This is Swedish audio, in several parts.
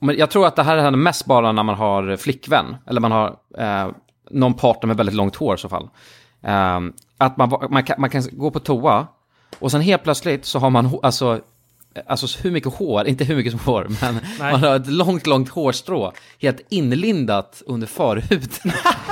Men jag tror att det här är mest bara när man har flickvän. Eller man har någon partner med väldigt långt hår i så fall. Att man kan gå på toa. Och sen helt plötsligt så har man alltså hur mycket hår, inte hur mycket som hår, men man har ett långt hårstrå helt inlindat under förhuden.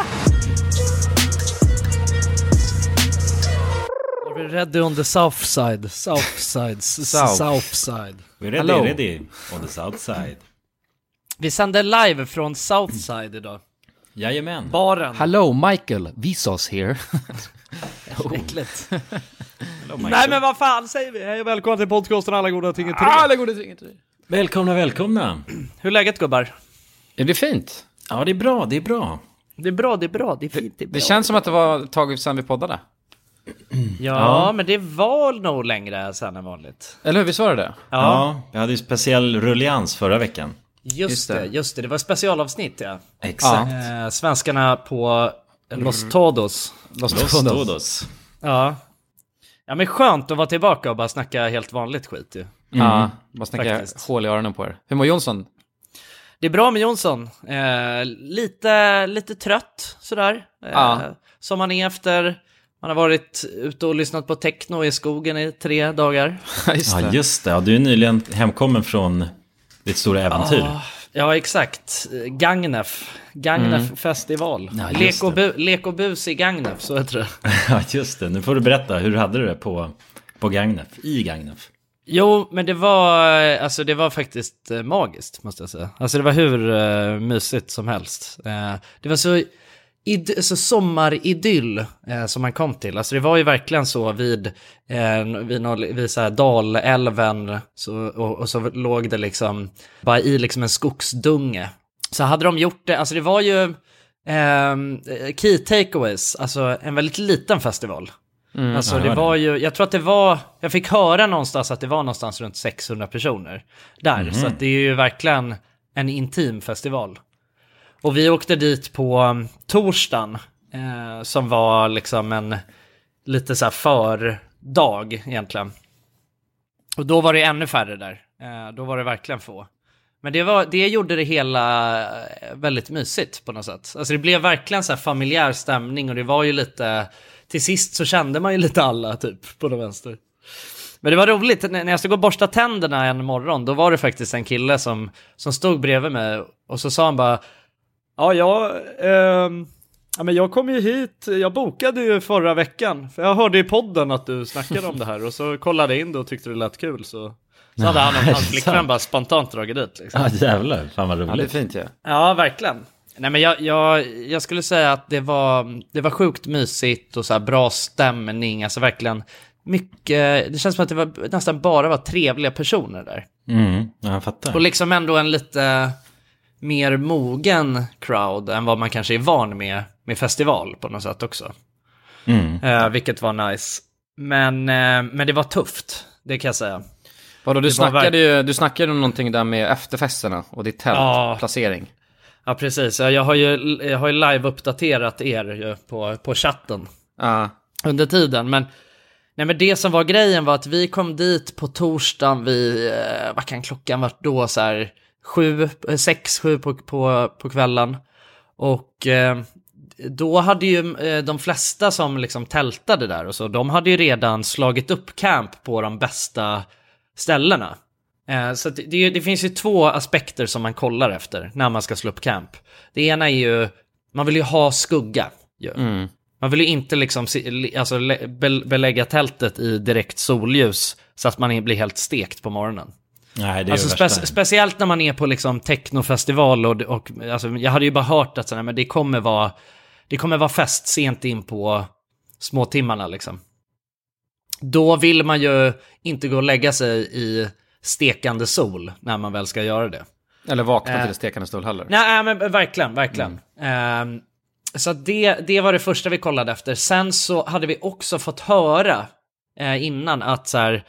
We're ready on the south side. South side. We're ready on the south side. Vi sänder live från south side idag. Jajamän. Baren. Hello Michael, Vsauce here. Äckligt. Nej men vad fan säger vi? Hej och välkomna till podcasten Alla goda ting är tre. Alla goda ting är tre. Välkomna. Hur är läget gubbar? Är det fint? Ja, det är bra. Det är fint. Det känns som att det var tagit sedan vi poddade. Ja, men det var nog längre sen än vanligt. Eller hur, visst var det? Ja, jag hade ju speciell rullians förra veckan. Just det. Det var ett specialavsnitt, ja. Exakt. Svenskarna på Los Todos. Ja. Ja, men skönt att vara tillbaka och bara snacka helt vanligt skit ju. Ja, bara snacka hål i öronen på er. Hur mår Jonsson? Det är bra med Jonsson. Lite trött sådär. Som han är efter... Man har varit ute och lyssnat på techno i skogen i 3 dagar. Just det. Ja, du är nyligen hemkommen från ditt stora äventyr. Ja, exakt. Gagnef festival. Ja, Lek och bus i Gagnef, så heter det. Ja, just det. Nu får du berätta, hur hade du det på Gagnef, i Gagnef? Jo, men det var faktiskt magiskt, måste jag säga. Alltså det var hur mysigt som helst. Det var så sommaridyll som man kom till. Alltså det var ju verkligen så vid så här Dalälven och så låg det liksom bara i liksom en skogsdunge. Så hade de gjort det, alltså det var ju key takeaways, alltså en väldigt liten festival. Alltså det var ju, jag tror att jag fick höra någonstans att det var någonstans runt 600 personer där. Så att det är ju verkligen en intim festival. Och vi åkte dit på torsdagen som var liksom en lite så här fördag egentligen. Och då var det ännu färre där. Då var det verkligen få. Men det gjorde det hela väldigt mysigt på något sätt. Alltså det blev verkligen så här familjär stämning och det var ju lite... Till sist så kände man ju lite alla typ på den vänster. Men det var roligt, när jag stod och borstade tänderna en morgon, då var det faktiskt en kille som stod bredvid mig och så sa han bara... Men jag kom ju hit, jag bokade ju förra veckan. För jag hörde i podden att du snackade om det här. Och så kollade jag in det och tyckte det lät kul. Så hade han och hans flickvän bara spontant dragit dit liksom. Ja, jävlar, fan vad roligt. Ja, det är fint, ja. Ja, verkligen. Nej, men jag skulle säga att det var sjukt mysigt och så här bra stämning. Alltså verkligen mycket, det känns som att det var nästan bara var trevliga personer där. Jag fattar. Och liksom ändå en lite... mer mogen crowd än vad man kanske är van med festival på något sätt också. Vilket var nice. Men det var tufft, det kan jag säga. Du snackade om någonting där med efterfesterna och ditt tältplacering. Ja, precis. Jag har ju live-uppdaterat er ju på chatten under tiden. Men det som var grejen var att vi kom dit på torsdagen vad kan klockan vara då så här 6-7 på kvällen. Och då hade ju de flesta som liksom tältade där och så, de hade ju redan slagit upp camp på de bästa ställena. Så det finns ju 2 aspekter som man kollar efter när man ska slå upp camp. Det ena är ju, man vill ju ha skugga. Man vill ju inte liksom belägga tältet i direkt solljus så att man blir helt stekt på morgonen. Nej, det är alltså speciellt när man är på liksom technofestival och alltså, jag hade ju bara hört att men det kommer vara fest sent in på småtimmarna liksom. Då vill man ju inte gå och lägga sig i stekande sol när man väl ska göra det. Eller vakna till stekande sol heller. Nej, men verkligen. Så det var det första vi kollade efter. Sen så hade vi också fått höra innan att så här,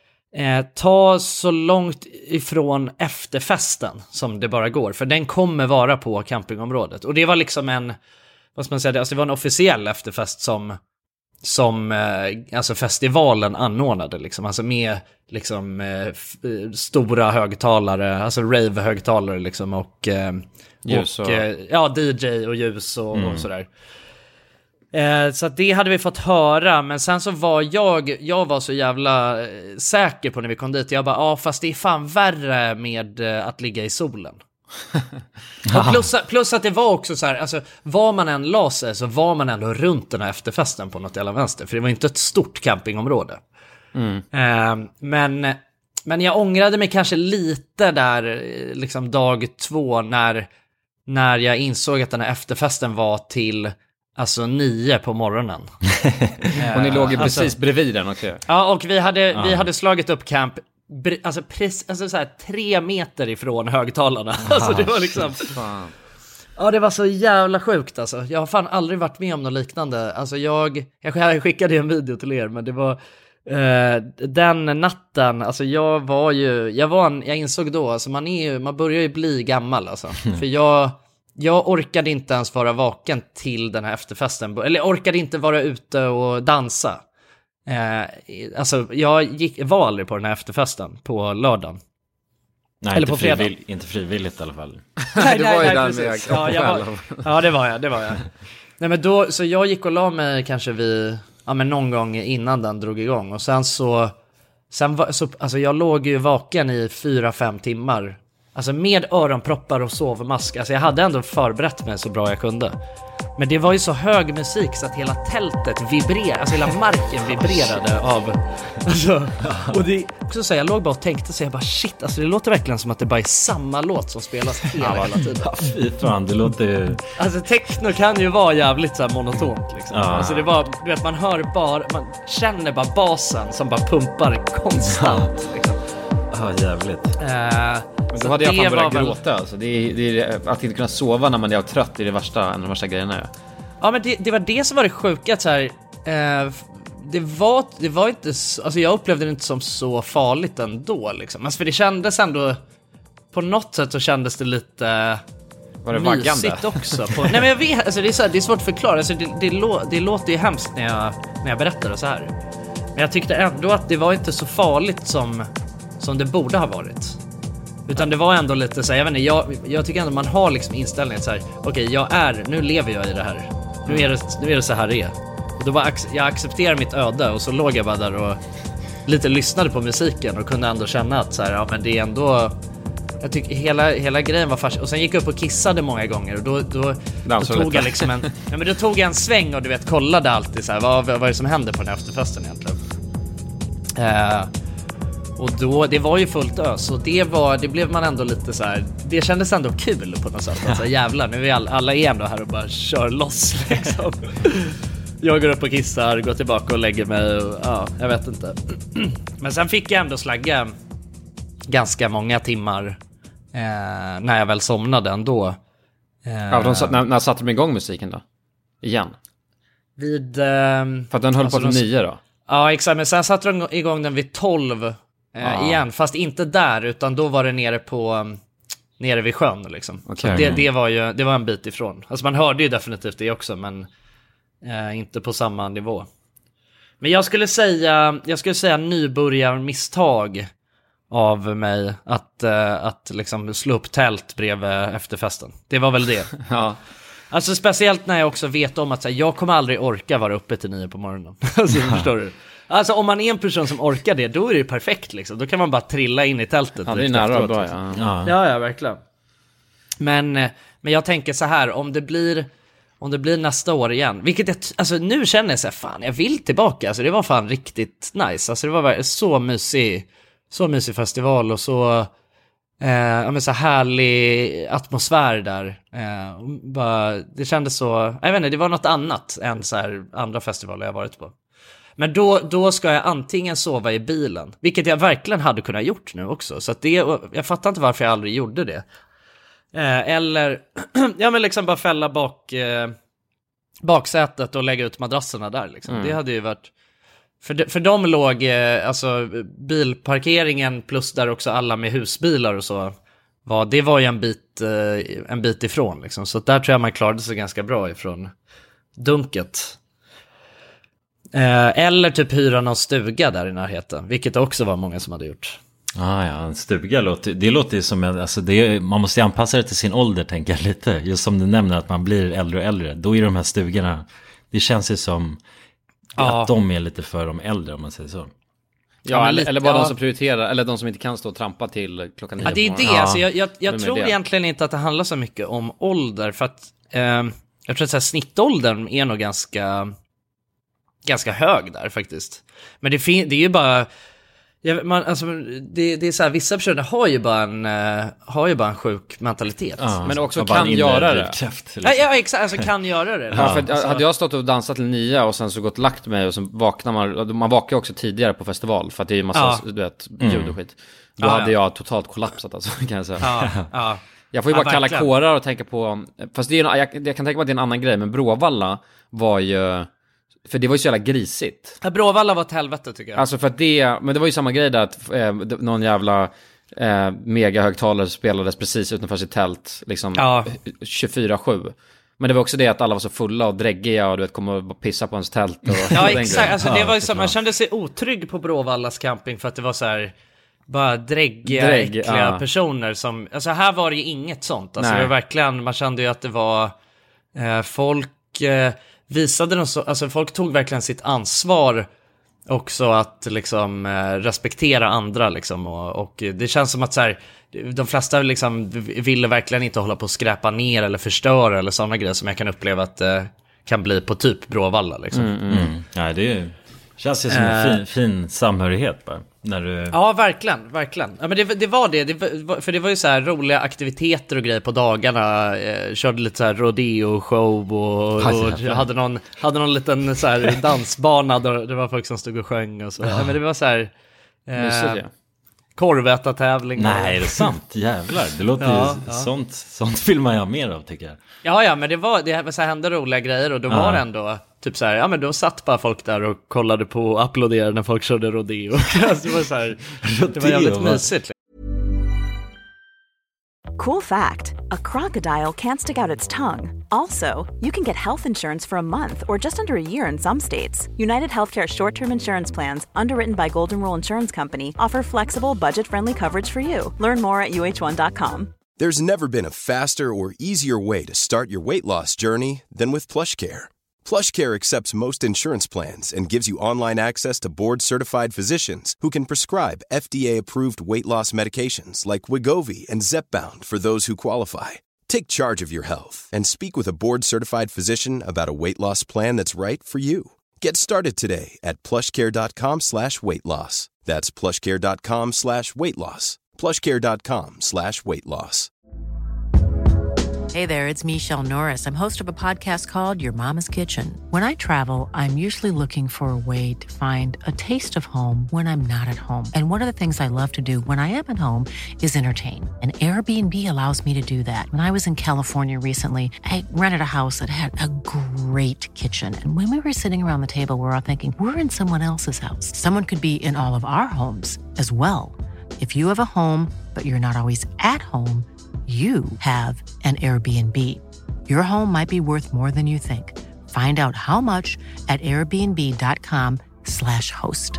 ta så långt ifrån efterfesten som det bara går. För den kommer vara på campingområdet. Och det var liksom vad ska man säga, alltså det var en officiell efterfest som som alltså festivalen anordnade liksom, alltså med liksom stora högtalare, alltså rave-högtalare liksom, och ljus och ja, DJ och ljus och sådär. Så att det hade vi fått höra, men sen så var jag var så jävla säker på när vi kom dit. Jag bara, fast det är fan värre med att ligga i solen. Och plus att det var också så här, alltså var man än la sig så var man ändå runt den här efterfesten på något jävla vänster, för det var inte ett stort campingområde. Men jag ångrade mig kanske lite där liksom dag 2 när jag insåg att den här efterfesten var till alltså 9 på morgonen. Och ni låg ju precis bredvid den också. Ja, och vi hade slagit upp camp alltså så här 3 meter ifrån högtalarna. Alltså det var liksom ja, det var så jävla sjukt alltså. Jag har fan aldrig varit med om något liknande. Alltså jag skickade en video till er, men det var den natten, alltså jag insåg då, alltså man börjar ju bli gammal alltså. För jag orkade inte ens vara vaken till den här efterfesten, eller orkade inte vara ute och dansa. Alltså jag var aldrig på den här efterfesten på lördagen. Nej, eller på fredag. Inte frivilligt i alla fall. Nej, du var ju där med det var jag. Nej, men då, så jag gick och la mig kanske men någon gång innan den drog igång. Och sen alltså jag låg ju vaken i 4-5 timmar. Alltså med öronproppar och sovmask. Alltså jag hade ändå förberett mig så bra jag kunde. Men det var ju så hög musik så att hela tältet vibrerade. Alltså hela marken vibrerade av. Alltså, och det också så jag låg bara och tänkte så jag bara shit. Alltså det låter verkligen som att det bara är samma låt som spelas hela tiden. Fy fan, det låter ju... Alltså techno kan ju vara jävligt så här monotont liksom. Alltså det var, du vet, man känner bara basen som bara pumpar konstant liksom. Jävligt. Men då hade jag fan börjat gråta alltså. Det är att inte kunna sova när man är trött är en av de värsta grejerna. Ja, men det var det som var det sjuka så här, det var inte alltså jag upplevde det inte som så farligt ändå liksom. Alltså för det kändes ändå på något sätt, så kändes det lite var det mysigt också på, nej men jag vet, alltså det är svårt att förklara, alltså det låter ju hemskt när jag berättar det så här. Men jag tyckte ändå att det var inte så farligt som det borde ha varit. Utan det var ändå lite så här, jag vet inte, jag tycker ändå man har liksom inställningen så här, okej, nu lever jag i det här. Nu är det så här det är. Och då bara jag accepterar mitt öde, och så låg jag bara där och lite lyssnade på musiken och kunde ändå känna att så här, ja men det är ändå, jag tycker hela grejen var fast. Och sen gick jag upp och kissade många gånger, och då tog jag liksom då tog jag en sväng och du vet kollade alltid så här, vad är det som händer på den här efterfesten egentligen. Och då, det var ju fullt ös, och det blev man ändå lite så här, det kändes ändå kul på något sätt. Alltså jävlar, nu är alla är ändå här och bara kör loss liksom. Jag går upp och kissar, går tillbaka och lägger mig och, ja, jag vet inte. Men sen fick jag ändå slagga ganska många timmar när jag väl somnade ändå. När satte de igång musiken då? Igen? För att den höll på till 9 då? Ja, exakt. Men sen satte de igång den vid 12 igen. Fast inte där, utan då var det nere vid sjön liksom. Okay. Så det var en bit ifrån. Alltså man hörde ju definitivt det också, men inte på samma nivå. Men jag skulle säga nybörjarmisstag av mig att liksom slå upp tält bredvid efterfesten. Det var väl det. Ja. Alltså speciellt när jag också vet om att så här, jag kommer aldrig orka vara uppe till 9 på morgonen. Alltså förstår du? Alltså om man är en person som orkar det, då är det perfekt liksom. Då kan man bara trilla in i tältet. Ja, det är nära och bra, liksom. Ja, verkligen. Men jag tänker så här, om det blir nästa år igen, vilket alltså nu känner jag så här, fan, jag vill tillbaka. Alltså det var fan riktigt nice. Alltså det var så mysig festival, och så så härlig atmosfär där. Det kändes så, jag vet inte, det var något annat än så här andra festivaler jag varit på. Men då ska jag antingen sova i bilen, vilket jag verkligen hade kunnat gjort nu också. Så att jag fattar inte varför jag aldrig gjorde det. Eller liksom bara fälla baksätet och lägga ut madrasserna där liksom. Det hade ju varit, för de låg alltså bilparkeringen plus där också alla med husbilar och så det var ju en bit ifrån liksom. Så där tror jag man klarade sig ganska bra ifrån dunket. Eller typ hyra någon stuga där i närheten, vilket också var många som hade gjort. Ja, en stuga låter ju som man måste ju anpassa det till sin ålder, tänker jag lite. Just som du nämner att man blir äldre och äldre. Då är de här stugorna, det känns ju som att de är lite för de äldre, om man säger så. Ja, eller bara de som prioriterar, eller de som inte kan stå och trampa till klockan 9 Ja, det är det. Alltså, jag tror egentligen inte att det handlar så mycket om ålder, för att jag tror att så här, snittåldern är nog ganska hög där faktiskt. Men det är ju bara... det är så här, vissa personer har ju bara en sjuk mentalitet. Ja, men också kan göra det. Ja, exakt, alltså kan göra det. Ja, för hade jag stått och dansat till 9 och sen så gått lagt mig och så vaknar man vakar också tidigare på festival för att det är ju massa ljud och skit. Då hade jag totalt kollapsat, alltså, kan jag säga. Ja. Jag får ju bara kalla verkligen. kårar och tänka på, fast det är jag kan tänka mig att det är en annan grej, men Bråvalla var ju, för det var ju så jävla grisigt. Ja, Bråvalla var ett helvete, tycker jag. Alltså för att men det var ju samma grej där att någon jävla megahögtalare spelades precis utanför sitt tält liksom 24/7. Men det var också det att alla var så fulla och dräggiga och du vet, kom och pissa på ens tält och ja, exakt. Alltså det var ju så, man kände sig otrygg på Bråvallas camping för att det var så här bara dräggiga, äckliga personer som, alltså här var det ju inget sånt. Alltså det var verkligen, man kände ju att det var folk visade dem så, alltså folk tog verkligen sitt ansvar också att liksom respektera andra liksom, och det känns som att så här, de flesta liksom ville verkligen inte hålla på att skräpa ner eller förstöra eller sådana grejer som jag kan uppleva att kan bli på typ Bråvalla liksom. Ja, det känns ju som en fin samhörighet bara. När du... Ja, verkligen. Ja, men det var det. För det var ju så här roliga aktiviteter och grejer på dagarna. Körde lite så här rodeo-show och hade någon liten så här dansbana där det var folk som stod och sjöng och så. Ja, men det var så här... korvätartävlingar. Nej, är det sant? Jävlar, det låter ju sånt vill man ju ha mer av, tycker jag. Ja, men det var så här, hände roliga grejer och då var det ändå typ så här, ja men då satt bara folk där och kollade på och applåderade när folk körde rodeo. Alltså, det var så här, det var jävligt mysigt. Cool fact, a crocodile can't stick out its tongue. Also, you can get health insurance for a month or just under a year in some states. United Healthcare short-term insurance plans, underwritten by Golden Rule Insurance Company, offer flexible, budget-friendly coverage for you. Learn more at uh1.com. There's never been a faster or easier way to start your weight loss journey than with PlushCare. PlushCare accepts most insurance plans and gives you online access to board-certified physicians who can prescribe FDA-approved weight loss medications like Wegovy and Zepbound for those who qualify. Take charge of your health and speak with a board-certified physician about a weight loss plan that's right for you. Get started today at plushcare.com/weightloss. That's plushcare.com/weightloss. plushcare.com/weightloss. Hey there, it's Michelle Norris. I'm host of a podcast called Your Mama's Kitchen. When I travel, I'm usually looking for a way to find a taste of home when I'm not at home. And one of the things I love to do when I am at home is entertain. And Airbnb allows me to do that. When I was in California recently, I rented a house that had a great kitchen. And when we were sitting around the table, we were all thinking, we're in someone else's house. Someone could be in all of our homes as well. If you have a home, but you're not always at home, you have an Airbnb. Your home might be worth more than you think. Find out how much at airbnb.com/host.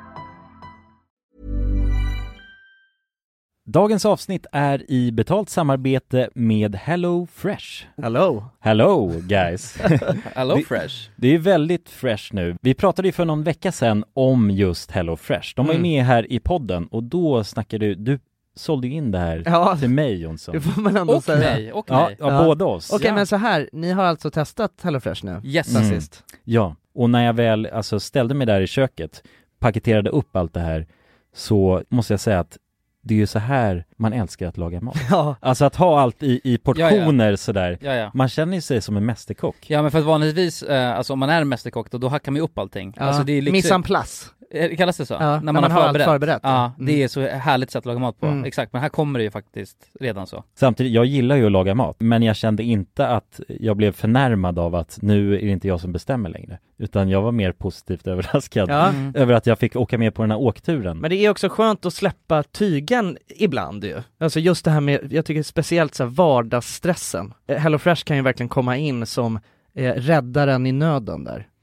Dagens avsnitt är i betalt samarbete med Hello Fresh. Hello guys. Hello Fresh. Det är väldigt fresh nu. Vi pratade ju för någon vecka sedan om just Hello Fresh. De var ju med här i podden och då snackade du sålde in det här till mig, Jonsson. Det får man ändå säga. Mig, och mig. Ja, båda oss. Okej, men så här, ni har alltså testat HelloFresh nu? Yes. Sist. Ja, och när jag väl ställde mig där i köket, paketerade upp allt det här, så måste jag säga att det är ju så här man älskar att laga mat. Ja. Alltså att ha allt i portioner sådär. Ja. Man känner sig som en mästerkock. Ja, men för att vanligtvis, alltså om man är en mästerkock då hackar man ju upp allting. Ja. Alltså det är liksom... Mise en place. Kallas det så? Ja, när man har förberett. Ja, Mm. det är så härligt sätt att laga mat på. Exakt, men här kommer det ju faktiskt redan så. Samtidigt, jag gillar ju att laga mat, men jag kände inte att jag blev förnärmad av att nu är det inte jag som bestämmer längre. Utan jag var mer positivt överraskad över att jag fick åka med på den här åkturen. Men det är också skönt att släppa tygen ibland ju. Alltså just det här med, jag tycker speciellt så här vardagsstressen. HelloFresh kan ju verkligen komma in som räddaren i nöden där.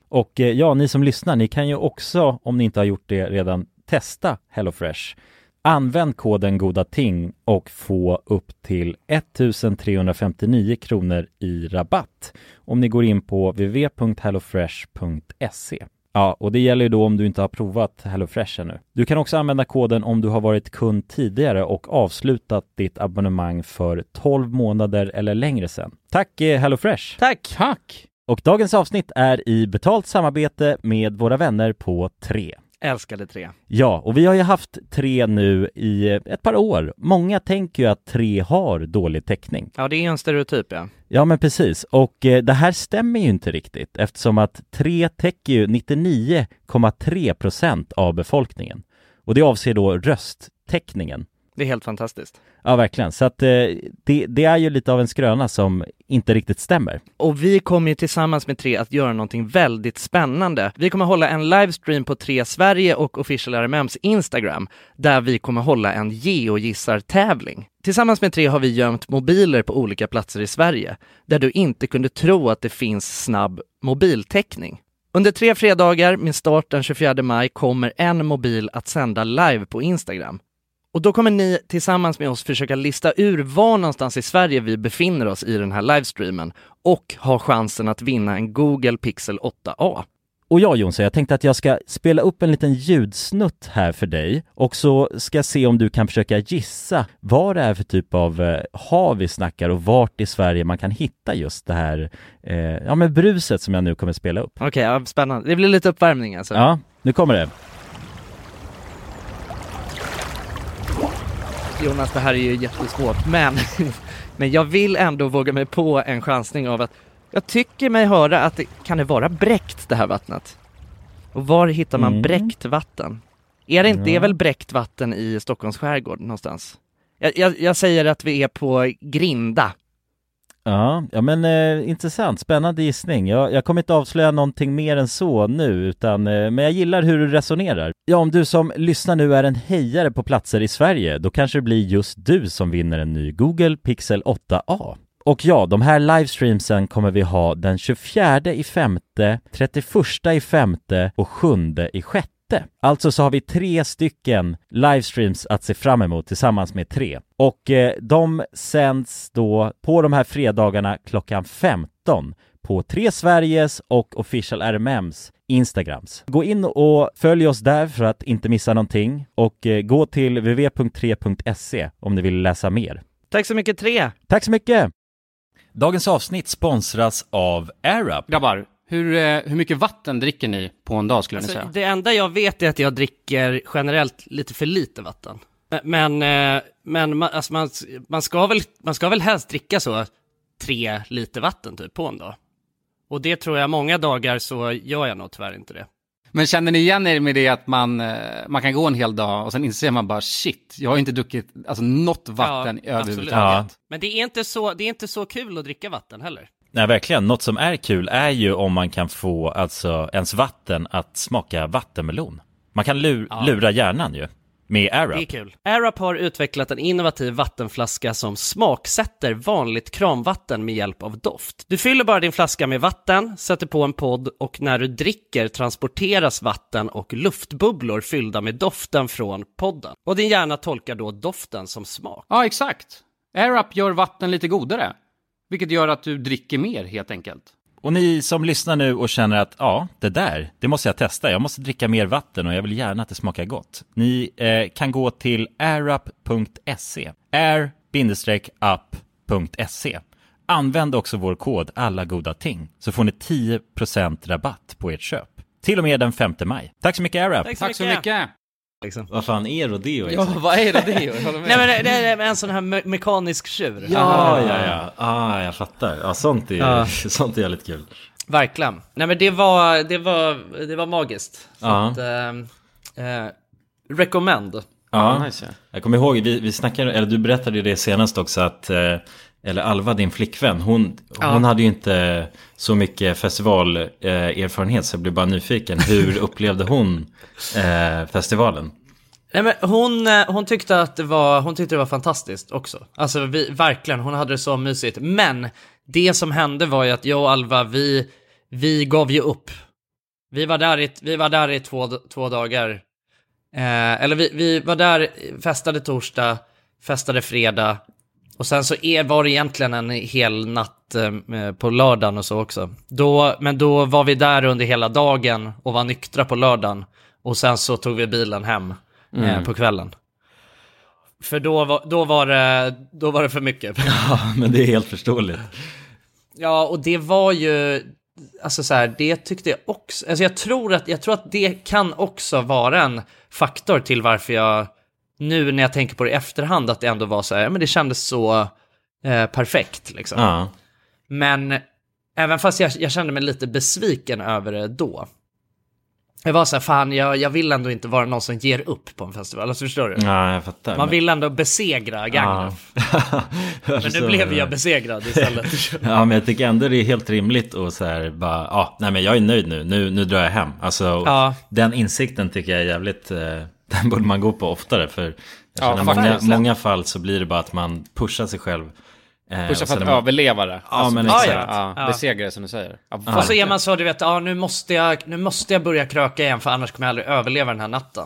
Och ja, ni som lyssnar, ni kan ju också, om ni inte har gjort det redan, testa HelloFresh. Använd koden GODATING och få upp till 1359 kronor i rabatt om ni går in på www.hellofresh.se. Ja, och det gäller ju då om du inte har provat HelloFresh ännu. Du kan också använda koden om du har varit kund tidigare och avslutat ditt abonnemang för 12 månader eller längre sedan. Tack HelloFresh! Tack! Och dagens avsnitt är i betalt samarbete med våra vänner på 3. Älskade 3. Ja, och vi har ju haft 3 nu i ett par år. Många tänker ju att 3 har dålig täckning. Ja, det är en stereotyp, ja. Ja, men precis. Och det här stämmer ju inte riktigt eftersom att 3 täcker ju 99,3% av befolkningen. Och det avser då rösttäckningen. Det är helt fantastiskt. Ja, verkligen. Så att det är ju lite av en skröna som inte riktigt stämmer. Och vi kommer ju tillsammans med 3 att göra någonting väldigt spännande. Vi kommer hålla en livestream på 3 Sverige och Official RMMs Instagram där vi kommer hålla en geogissartävling. Tillsammans med 3 har vi gömt mobiler på olika platser i Sverige där du inte kunde tro att det finns snabb mobiltäckning. Under 3 fredagar med start den 24 maj kommer en mobil att sända live på Instagram. Och då kommer ni tillsammans med oss försöka lista ur var någonstans i Sverige vi befinner oss i den här livestreamen och ha chansen att vinna en Google Pixel 8a. Och ja, Jonsson, jag tänkte att jag ska spela upp en liten ljudsnutt här för dig och så ska jag se om du kan försöka gissa vad det är för typ av hav vi snackar och vart i Sverige man kan hitta just det här med bruset som jag nu kommer spela upp. Okej, ja, spännande. Det blir lite uppvärmning alltså. Ja, nu kommer det. Jonas, det här är ju jättesvårt, men jag vill ändå våga mig på en chansning av att jag tycker mig höra att kan det vara bräckt det här vattnet? Och var hittar man bräckt vatten? Det är väl bräckt vatten i Stockholms skärgård någonstans? Jag säger att vi är på Grinda. Ja men intressant, spännande gissning. Jag kommer inte avslöja någonting mer än så nu, men jag gillar hur du resonerar. Ja, om du som lyssnar nu är en hejare på platser i Sverige, då kanske det blir just du som vinner en ny Google Pixel 8a. Och ja, de här livestreamsen kommer vi ha den 24/5, 31/5 och 7/6. Alltså så har vi 3 stycken livestreams att se fram emot tillsammans med 3. Och de sänds då på de här fredagarna klockan 15 på 3 Sveriges och Official RMMs Instagrams. Gå in och följ oss där för att inte missa någonting och gå till www.3.se om ni vill läsa mer. Tack så mycket 3! Tack så mycket! Dagens avsnitt sponsras av AirUp. Grabbar, hur mycket vatten dricker ni på en dag skulle ni säga? Det enda jag vet är att jag dricker generellt lite för lite vatten. Men man ska väl helst dricka så 3 liter vatten typ på en dag. Och det tror jag många dagar så gör jag nog tyvärr inte det. Men känner ni igen er med det att man kan gå en hel dag och sen inser man bara shit, jag har inte druckit något vatten överhuvudtaget. Ja. Men det är inte så kul att dricka vatten heller. Nej, verkligen. Något som är kul är ju om man kan få ens vatten att smaka vattenmelon. Man kan lura hjärnan ju med AirUp. Det är kul. AirUp har utvecklat en innovativ vattenflaska som smaksätter vanligt kranvatten med hjälp av doft. Du fyller bara din flaska med vatten, sätter på en podd och när du dricker transporteras vatten och luftbubblor fyllda med doften från podden. Och din hjärna tolkar då doften som smak. Ja, exakt. AirUp gör vatten lite godare, vilket gör att du dricker mer helt enkelt. Och ni som lyssnar nu och känner att det måste jag testa. Jag måste dricka mer vatten och jag vill gärna att det smakar gott. Ni kan gå till airup.se. air-up.se. Använd också vår kod alla goda ting så får ni 10% rabatt på ert köp. Till och med den 5 maj. Tack så mycket AirUp. Tack så mycket. Liksom. Vad fan är Rodeo? Ja, vad är Rodeo? Nej, men det är en sån här mekanisk tjur. Ja, jag fattar. Ja, sånt är jävligt kul. Verkligen. Nej, men det var magiskt. Så att, recommend. Ja, jag kommer ihåg, vi snackade, eller du berättade ju det senast också att eller Alva, din flickvän, hon hade ju inte så mycket festivalerfarenhet så jag blev bara nyfiken. Hur upplevde hon festivalen? Nej, men hon tyckte att det var fantastiskt också. Alltså verkligen, hon hade det så mysigt. Men det som hände var ju att jag och Alva, vi gav ju upp Vi var där i två dagar. Eller vi var där, festade torsdag, festade fredag. Och sen så var det egentligen en hel natt på lördagen och så också. Men då var vi där under hela dagen och var nyktra på lördagen. Och sen så tog vi bilen hem på kvällen. För då var det för mycket. Ja, men det är helt förståeligt. Ja, och det var ju... Alltså så här, det tyckte jag också... Alltså jag tror att det kan också vara en faktor till varför jag... Nu när jag tänker på det i efterhand, att det ändå var så här... Men det kändes så perfekt, liksom. Ja. Men även fast jag kände mig lite besviken över det då. Jag var så här, fan, jag vill ändå inte vara någon som ger upp på en festival. Alltså, förstår du? Ja, jag fattar. Man vill ändå besegra Gagnef. Ja. Men nu blev jag besegrad istället. Ja, men jag tycker ändå det är helt rimligt och så här bara, nej men jag är nöjd nu drar jag hem. Alltså, den insikten tycker jag är jävligt, den borde man gå på oftare. För jag känner många fall så blir det bara att man pushar sig själv. Pusha för att överleva det. Ja, alltså, men exakt. Besegra det som du säger. Och så är man så, du vet, nu måste jag börja kröka igen, för annars kommer jag aldrig överleva den här natten.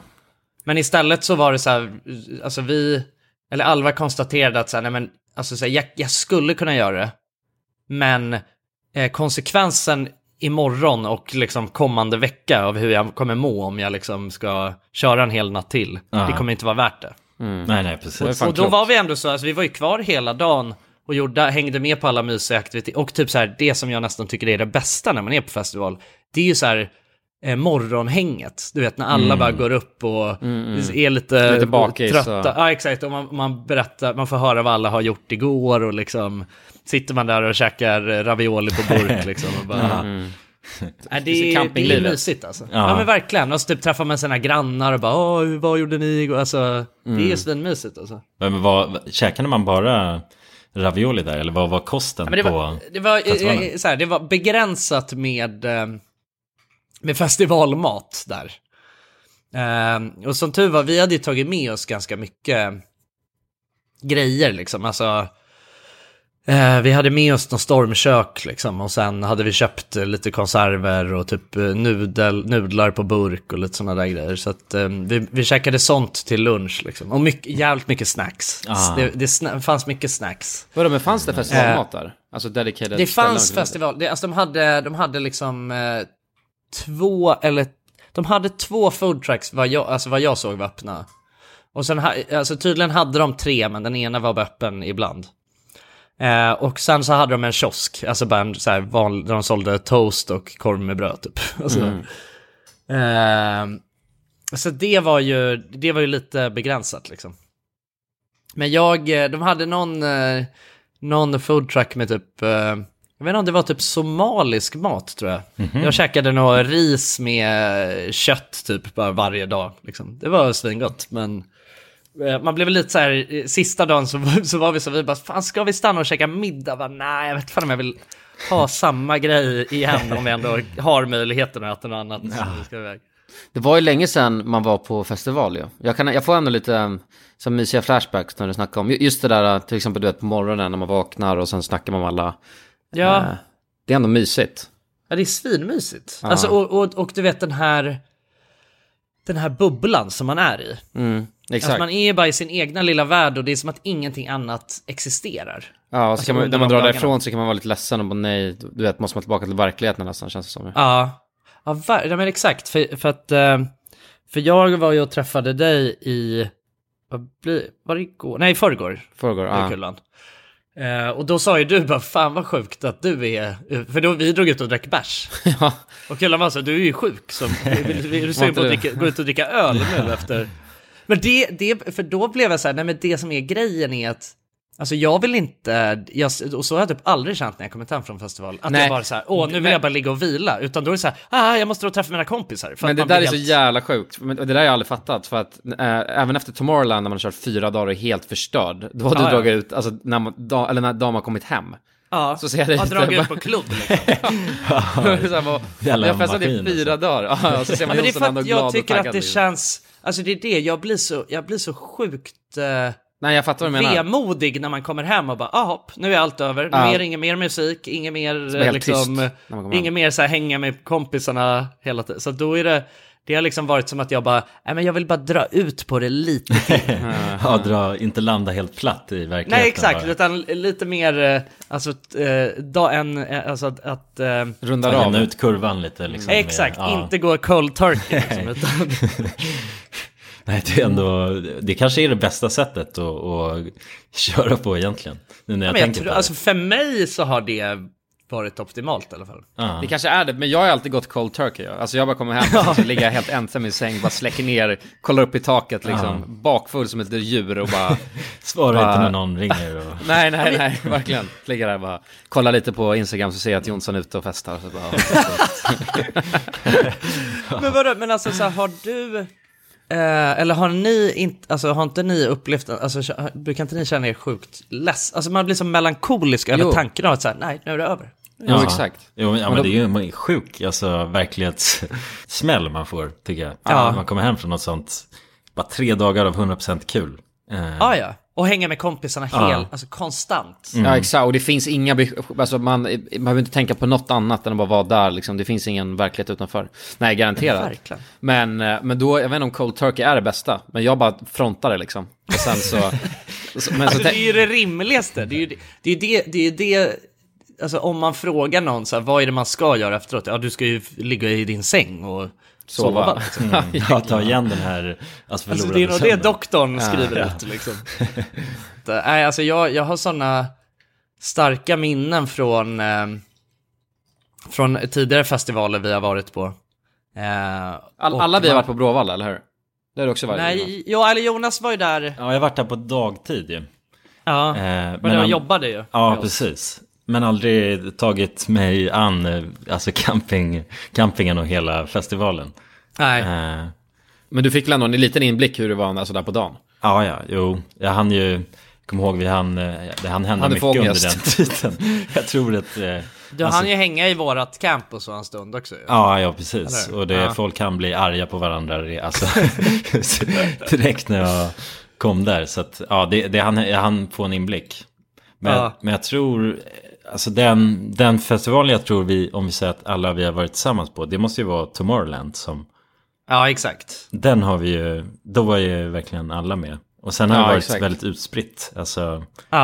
Men istället så var det så här, alltså Alva konstaterade att så här, nej men, alltså så här, jag skulle kunna göra det, men konsekvensen imorgon och liksom kommande vecka av hur jag kommer må om jag liksom ska köra en hel natt till, det kommer inte vara värt det. Nej, precis. Och då var vi ändå så, alltså, vi var ju kvar hela dagen och hängde med på alla mysiga aktiviteter. Och typ så här, det som jag nästan tycker är det bästa när man är på festival, det är ju så här morgonhänget. Du vet, när alla bara går upp och är lite bakis, trötta. Ja, exakt. Och man berättar, man får höra vad alla har gjort igår, och liksom sitter man där och käkar ravioli på burk liksom, och bara... Det är mysigt alltså. Ja, men verkligen. Och så typ träffar man sina grannar och bara, vad gjorde ni igår? Alltså, det är svinmysigt alltså. Men käkade man bara ravioli där? Eller vad var kosten på? Det var begränsat med festivalmat där. Och som tur var, vi hade ju tagit med oss ganska mycket grejer liksom. Alltså... vi hade med oss någon stormkök liksom, och sen hade vi köpt lite konserver och typ nudlar på burk och lite såna där grejer, så att vi käkade sånt till lunch liksom, och jävligt mycket snacks. Det fanns mycket snacks. Vadå, men fanns det festivalmat där? Alltså dedicated. Det fanns festival. Alltså de hade liksom två food trucks vad jag såg var öppna. Och sen alltså tydligen hade de 3, men den ena var öppen ibland. Och sen så hade de en kiosk, alltså bara en så här där de sålde toast och korv med bröd typ. Alltså, så det var ju lite begränsat liksom. Men de hade någon food truck med typ, jag vet inte om det var typ somalisk mat, tror jag. Jag käkade något ris med kött typ bara varje dag liksom. Det var svingott, men man blev lite så här, sista dagen så var vi bara, fan, ska vi stanna och käka middag? Nej, jag vet fan om jag vill ha samma grej igen om vi ändå har möjligheten att äta något annat. Det var ju länge sedan man var på festival ju. Jag får ändå lite så mysiga flashbacks när du snackar om just det där, till exempel du vet på morgonen när man vaknar och sen snackar man med alla. Ja. Det är ändå mysigt. Ja, det är svinmysigt. Alltså, och du vet den här bubblan som man är i. Exakt. Alltså man är bara i sin egna lilla värld och det är som att ingenting annat existerar. Ja, och så alltså, när man drar därifrån så kan man vara lite ledsen och bara, nej, du vet, måste man tillbaka till verkligheten nästan, känns det som. Ja, men exakt. För jag var ju och träffade dig i... Var det igår? Nej, förrgår, ja. Och då sa ju du bara, fan vad sjukt att du är... För då vi drog ut och drack bärs. Ja. Och Kullan var så, du är ju sjuk. Du ser på att gå ut och dricka öl nu efter... Men för då blev jag så här, nej men det som är grejen är att, alltså jag vill inte, och så har jag typ aldrig känt när jag kommit hem från festival, att jag bara så här, nu vill jag bara ligga och vila, utan då är det så här, jag måste då träffa mina kompisar. Men det där är så jävla sjukt, men det där har jag aldrig fattat, för att även efter Tomorrowland när man har kört 4 dagar och är helt förstörd, då har du dragit ut, alltså när dagen har kommit hem. Ja, så ser jag har dragit ut på klubb liksom. Jag festade i 4 dagar. Ja, så ser man men det är för att jag tycker att det känns, alltså det är det, jag blir så sjukt Nej, jag fattar vad du menar. vemodig när man kommer hem och bara, hopp, nu är allt över. Nu är det ingen mer musik, ingen mer liksom, ingen mer så här hänga med kompisarna hela tiden. Så då är det har liksom varit som att jag bara, men jag vill bara dra ut på det lite till. Inte landa helt platt i verkligheten. Nej, exakt, bara. utan lite mer, alltså, att runda av ut kurvan lite. Liksom, exakt, inte gå cold turkey. Liksom, utan... Nej, det kanske är det bästa sättet att köra på egentligen. Nu när jag tänker på det. Alltså för mig så har det varit optimalt i alla fall. Det kanske är det, men jag har alltid gått cold turkey. Alltså jag bara kommer hem och så ligger jag helt ensam i säng, bara släcker ner, kollar upp i taket liksom, bakfull som ett djur och bara... Svarar inte när någon ringer. Och... nej, verkligen. Ligger där bara, kollar lite på Instagram så ser jag att Jonsson är ute och festar. Så bara, men vadå, men alltså så här, har du... eller har ni inte, alltså har inte ni upplevt, alltså brukar inte ni känna er sjukt less? Alltså man blir så melankolisk över tanken av att säga, nej, nu är det över. Ja, exakt. Men det är ju en sjuk, alltså verklighetssmäll man får, tycker jag. Man kommer hem från något sånt, bara 3 dagar av 100% kul. Ja. Och hänga med kompisarna alltså konstant. Ja, exakt. Och det finns inga... Alltså man behöver inte tänka på något annat än att bara vara där. Liksom. Det finns ingen verklighet utanför. Nej, garanterat. Verkligen. Men då, jag vet inte om cold turkey är det bästa. Men jag bara frontar det liksom. Och sen så... alltså, det är ju det rimligaste. Det är ju det... Alltså om man frågar någon så här, vad är det man ska göra efteråt? Ja, du ska ju ligga i din säng och... sova. Ta igen den här alltså det är nog det doktorn skriver ut liksom. Nej, alltså jag har såna starka minnen från tidigare festivaler vi har varit på. Alla vi har varit på Bråvalla, eller hur? Det har du också varit. Nej, eller Jonas var ju där. Ja, jag har varit där på dagtid ju. Ja, men han jobbade ju. Ja, precis. Men aldrig tagit mig an alltså campingen och hela festivalen. Nej. Men du fick väl ändå en liten inblick hur det var alltså där på dagen? Ja, jo. Jag hann ju, kom ihåg, det hann hända mycket under den tiden. Jag tror att... du hann ju hänga i vårat camp och så en stund också. Ju. Ja, precis. Och folk kan bli arga på varandra alltså, direkt när jag kom där. Så att, jag hann få en inblick. Men jag tror... Alltså den festivalen jag tror om vi säger att alla vi har varit tillsammans på, det måste ju vara Tomorrowland som... Ja, exakt. Den har vi ju, då var ju verkligen alla med. Och sen har det varit väldigt utspritt. Alltså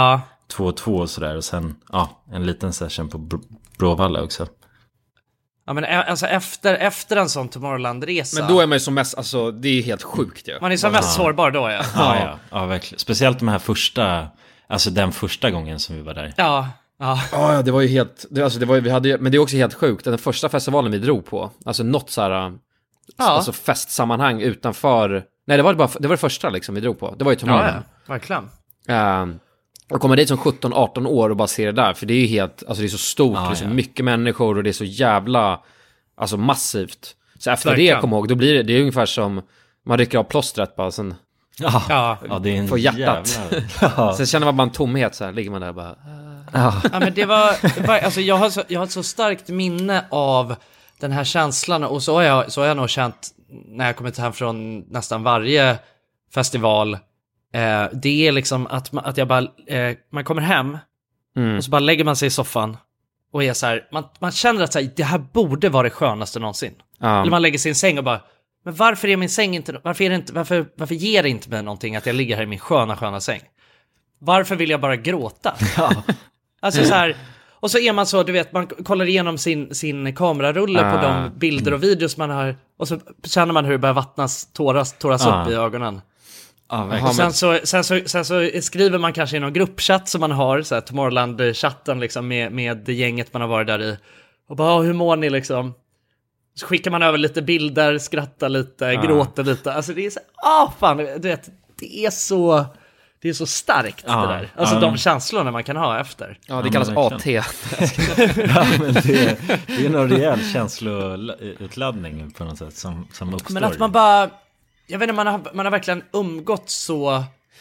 2 och sådär. Och sen en liten session på Bråvalla också. Ja, men alltså efter en sån Tomorrowland-resa... Men då är man ju som mest, alltså det är ju helt sjukt ju. Man är som mest sårbar då, ja, verkligen. Speciellt de här den första gången som vi var där. Ja, det var ju helt... men det är också helt sjukt. Den första festivalen vi drog på, alltså något så här... Alltså festsammanhang utanför... Nej, det var det första liksom vi drog på. Det var ju Tomorrowland. Ja, verkligen. Och komma dit som 17-18 år och bara se det där. För det är ju helt... Alltså det är så stort, det är så mycket människor och det är så jävla... Alltså massivt. Så efter det, kom ihåg, då blir det är ungefär som... Man rycker av plåstret bara, sen... Ja, det är en får hjärtat. Sen känner man bara en tomhet så här, ligger man där och bara... Ja, men det var alltså jag har ett så starkt minne av den här känslan, och så har jag nog känt när jag kommit hem från nästan varje festival. Det är liksom att jag bara man kommer hem och så bara lägger man sig i soffan och är så här, man känner att så här, det här borde vara det skönaste någonsin. Eller man lägger sig i en säng och bara, men varför är min säng inte, varför ger det inte mig någonting att jag ligger här i min sköna säng? Varför vill jag bara gråta? Alltså så här, och så är man så, du vet, man kollar igenom sin kamerarulle på de bilder och videos man har, och så känner man hur det börjar vattnas, tåras upp i ögonen. Och sen så skriver man kanske i någon gruppchatt som man har, så här Tomorrowland-chatten liksom, med gänget man har varit där i, och bara, hur mår ni liksom? Så skickar man över lite bilder, skrattar lite, gråter lite. Alltså det är så, fan, du vet, det är så starkt det där. Alltså de känslorna man kan ha efter. Ja, det kallas AT. Ja, men det är någon rejäl känsloutladdning på något sätt som uppstår. Men att man bara, jag vet inte, man har verkligen umgått så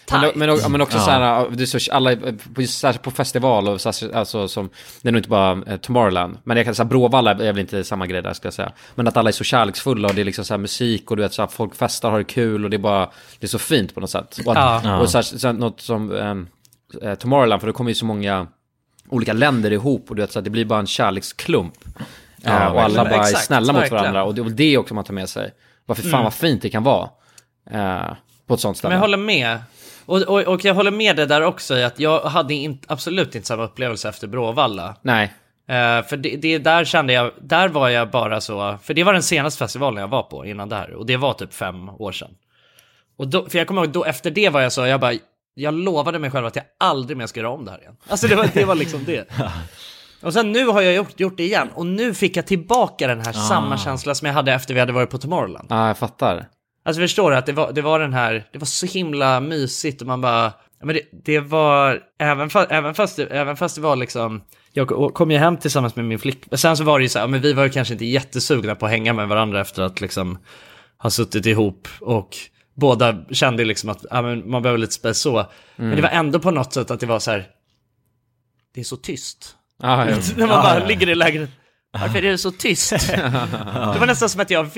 Men också så här, det är så, alla, särskilt på festival och så, alltså, som, det är nog inte bara Tomorrowland, men jag kan säga Bråvalla är väl inte samma grej där, ska jag säga. Men att alla är så kärleksfulla och det är liksom så här musik och du vet så här, folk festar, har det kul och det är så fint på något sätt. Och så här, något som Tomorrowland, för det kommer ju så många olika länder ihop och du vet så att det blir bara en kärleksklump. Och alla bara är snälla mot varandra och det är också man tar med sig. Varför fan vad fint det kan vara på ett sånt ställe. Men jag håller med. Och jag håller med det där också i att jag hade absolut inte samma upplevelse efter Bråvalla. Nej. För det där kände jag, där var jag bara så, för det var den senaste festivalen jag var på innan det här, och det var typ 5 år sedan. Och då, för jag kommer ihåg, då efter det var jag så, jag lovade mig själv att jag aldrig mer ska göra om det här igen. Alltså det var liksom det. Och sen nu har jag gjort det igen, och nu fick jag tillbaka den här samma känsla som jag hade efter vi hade varit på Tomorrowland. Ja, jag fattar. Alltså förstår du att det var den här, det var så himla mysigt och man bara, men det var även fast det var liksom, jag kom ju hem tillsammans med min flick. Sen så var det ju så här, men vi var ju kanske inte jättesugna på att hänga med varandra efter att liksom ha suttit ihop, och båda kände liksom att men man behöver lite space så. Men det var ändå på något sätt att det var så här, det är så tyst. När man bara ligger i lägenheten. Varför är det så tyst? Det var nästan som att jag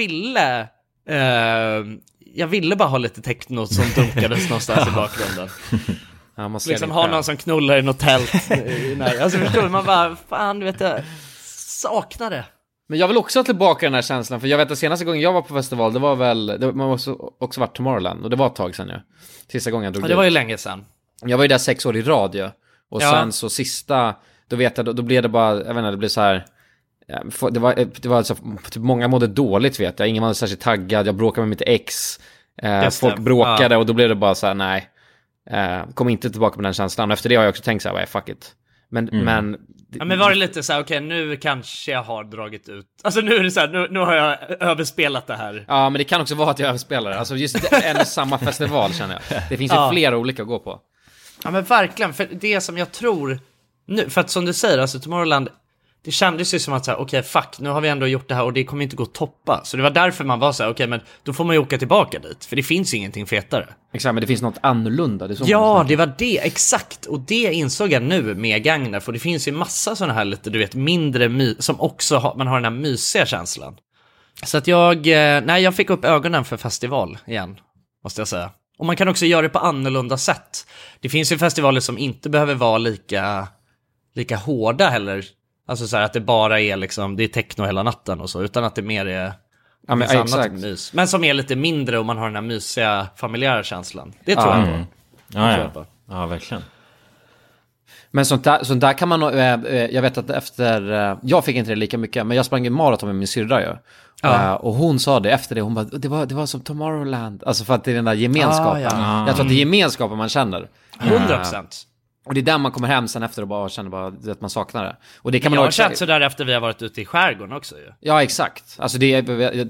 ville bara ha lite techno som dunkades någonstans i bakgrunden. Liksom ha någon som knullar i något tält. Alltså förstår du, man bara, fan du vet, jag saknar det. Men jag vill också ha tillbaka den här känslan, för jag vet att senaste gången jag var på festival, det var väl, man också varit Tomorrowland, och det var ett tag sedan ju. Sista gången jag drog det var ju länge sedan. Jag var ju där 6 år i rad ju. Och sen så sista, då vet jag, då blev det bara, jag vet inte, det blev så här. Det var så, typ många mådde dåligt vet jag. Ingen var särskilt taggad. Jag bråkade med mitt ex. Folk bråkade och då blev det bara så här, nej. Kom inte tillbaka med den känslan. Efter det har jag också tänkt så här, fuck it. Men var det lite så här, okej, nu kanske jag har dragit ut. Alltså nu är det så här, nu har jag överspelat det här. Ja, men det kan också vara att jag överspelar. Alltså just en samma festival känner jag. Det finns ju flera olika att gå på. Ja, men verkligen, för det som jag tror nu, för att som du säger, alltså Tomorrowland, det kändes ju som att så här, okej, fuck, nu har vi ändå gjort det här och det kommer inte gå att toppa. Så det var därför man var så här, okej, men då får man ju åka tillbaka dit, för det finns ingenting fetare. Exakt, men det finns något annorlunda. Det det var det, exakt. Och det insåg jag nu med Gagner, för det finns ju massa sådana här lite, du vet, mindre som också man har den här mysiga känslan. Så att jag fick upp ögonen för festival igen, måste jag säga. Och man kan också göra det på annorlunda sätt. Det finns ju festivaler som inte behöver vara lika hårda heller. Alltså så här att det bara är liksom, det är techno hela natten och så, utan att det mer är annat mys. Men som är lite mindre och man har den här mysiga familjära känslan. Det tror jag på. Ja, verkligen. Men sånt där kan man, jag vet att efter, jag fick inte det lika mycket, men jag sprang i maraton med min syrra ju. Och hon sa det efter det, hon bara, det var som Tomorrowland. Alltså för att det är den där gemenskapen. Jag tror att det är gemenskapen man känner. 100%. Och det är där man kommer hem sen efter och bara känner bara att man saknar det. Och det kan man jag har känt så där efter vi har varit ute i skärgården också ju. Ja, exakt. Alltså det är...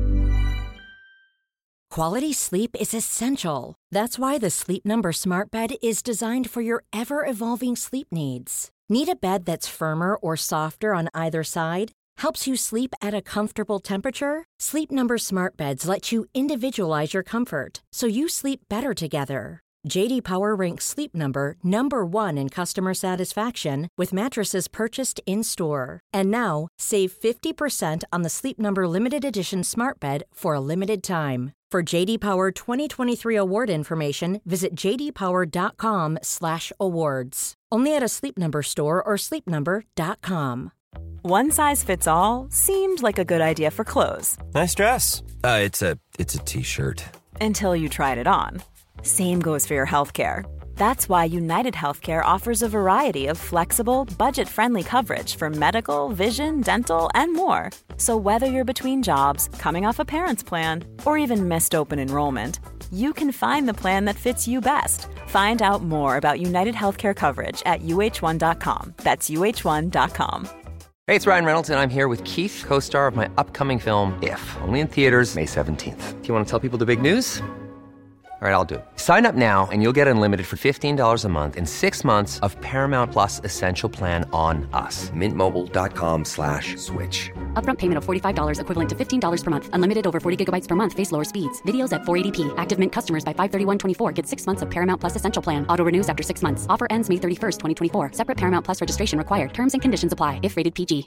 Quality sleep is essential. That's why the Sleep Number Smart Bed is designed for your ever-evolving sleep needs. Need a bed that's firmer or softer on either side? Helps you sleep at a comfortable temperature? Sleep Number Smart Beds let you individualize your comfort, so you sleep better together. JD Power ranks Sleep Number number 1 in customer satisfaction with mattresses purchased in-store. And now, save 50% on the Sleep Number Limited Edition Smart Bed for a limited time. For JD Power 2023 award information, visit jdpower.com/awards. Only at a Sleep Number store or sleepnumber.com. One size fits all seemed like a good idea for clothes. Nice dress. It's a t-shirt. Until you tried it on. Same goes for your healthcare. That's why United Healthcare offers a variety of flexible, budget-friendly coverage for medical, vision, dental, and more. So whether you're between jobs, coming off a parent's plan, or even missed open enrollment, you can find the plan that fits you best. Find out more about United Healthcare coverage at uh1.com. That's uh1.com. Hey, it's Ryan Reynolds, and I'm here with Keith, co-star of my upcoming film, If, only in theaters May 17th. Do you want to tell people the big news? All right, I'll do it. Sign up now and you'll get unlimited for $15 a month and 6 months of Paramount Plus Essential Plan on us. Mintmobile.com/switch. Upfront payment of $45 equivalent to $15 per month. Unlimited over 40 gigabytes per month. Face lower speeds. Videos at 480p. Active Mint customers by 531.24 get 6 months of Paramount Plus Essential Plan. Auto renews after 6 months. Offer ends May 31st, 2024. Separate Paramount Plus registration required. Terms and conditions apply if rated PG.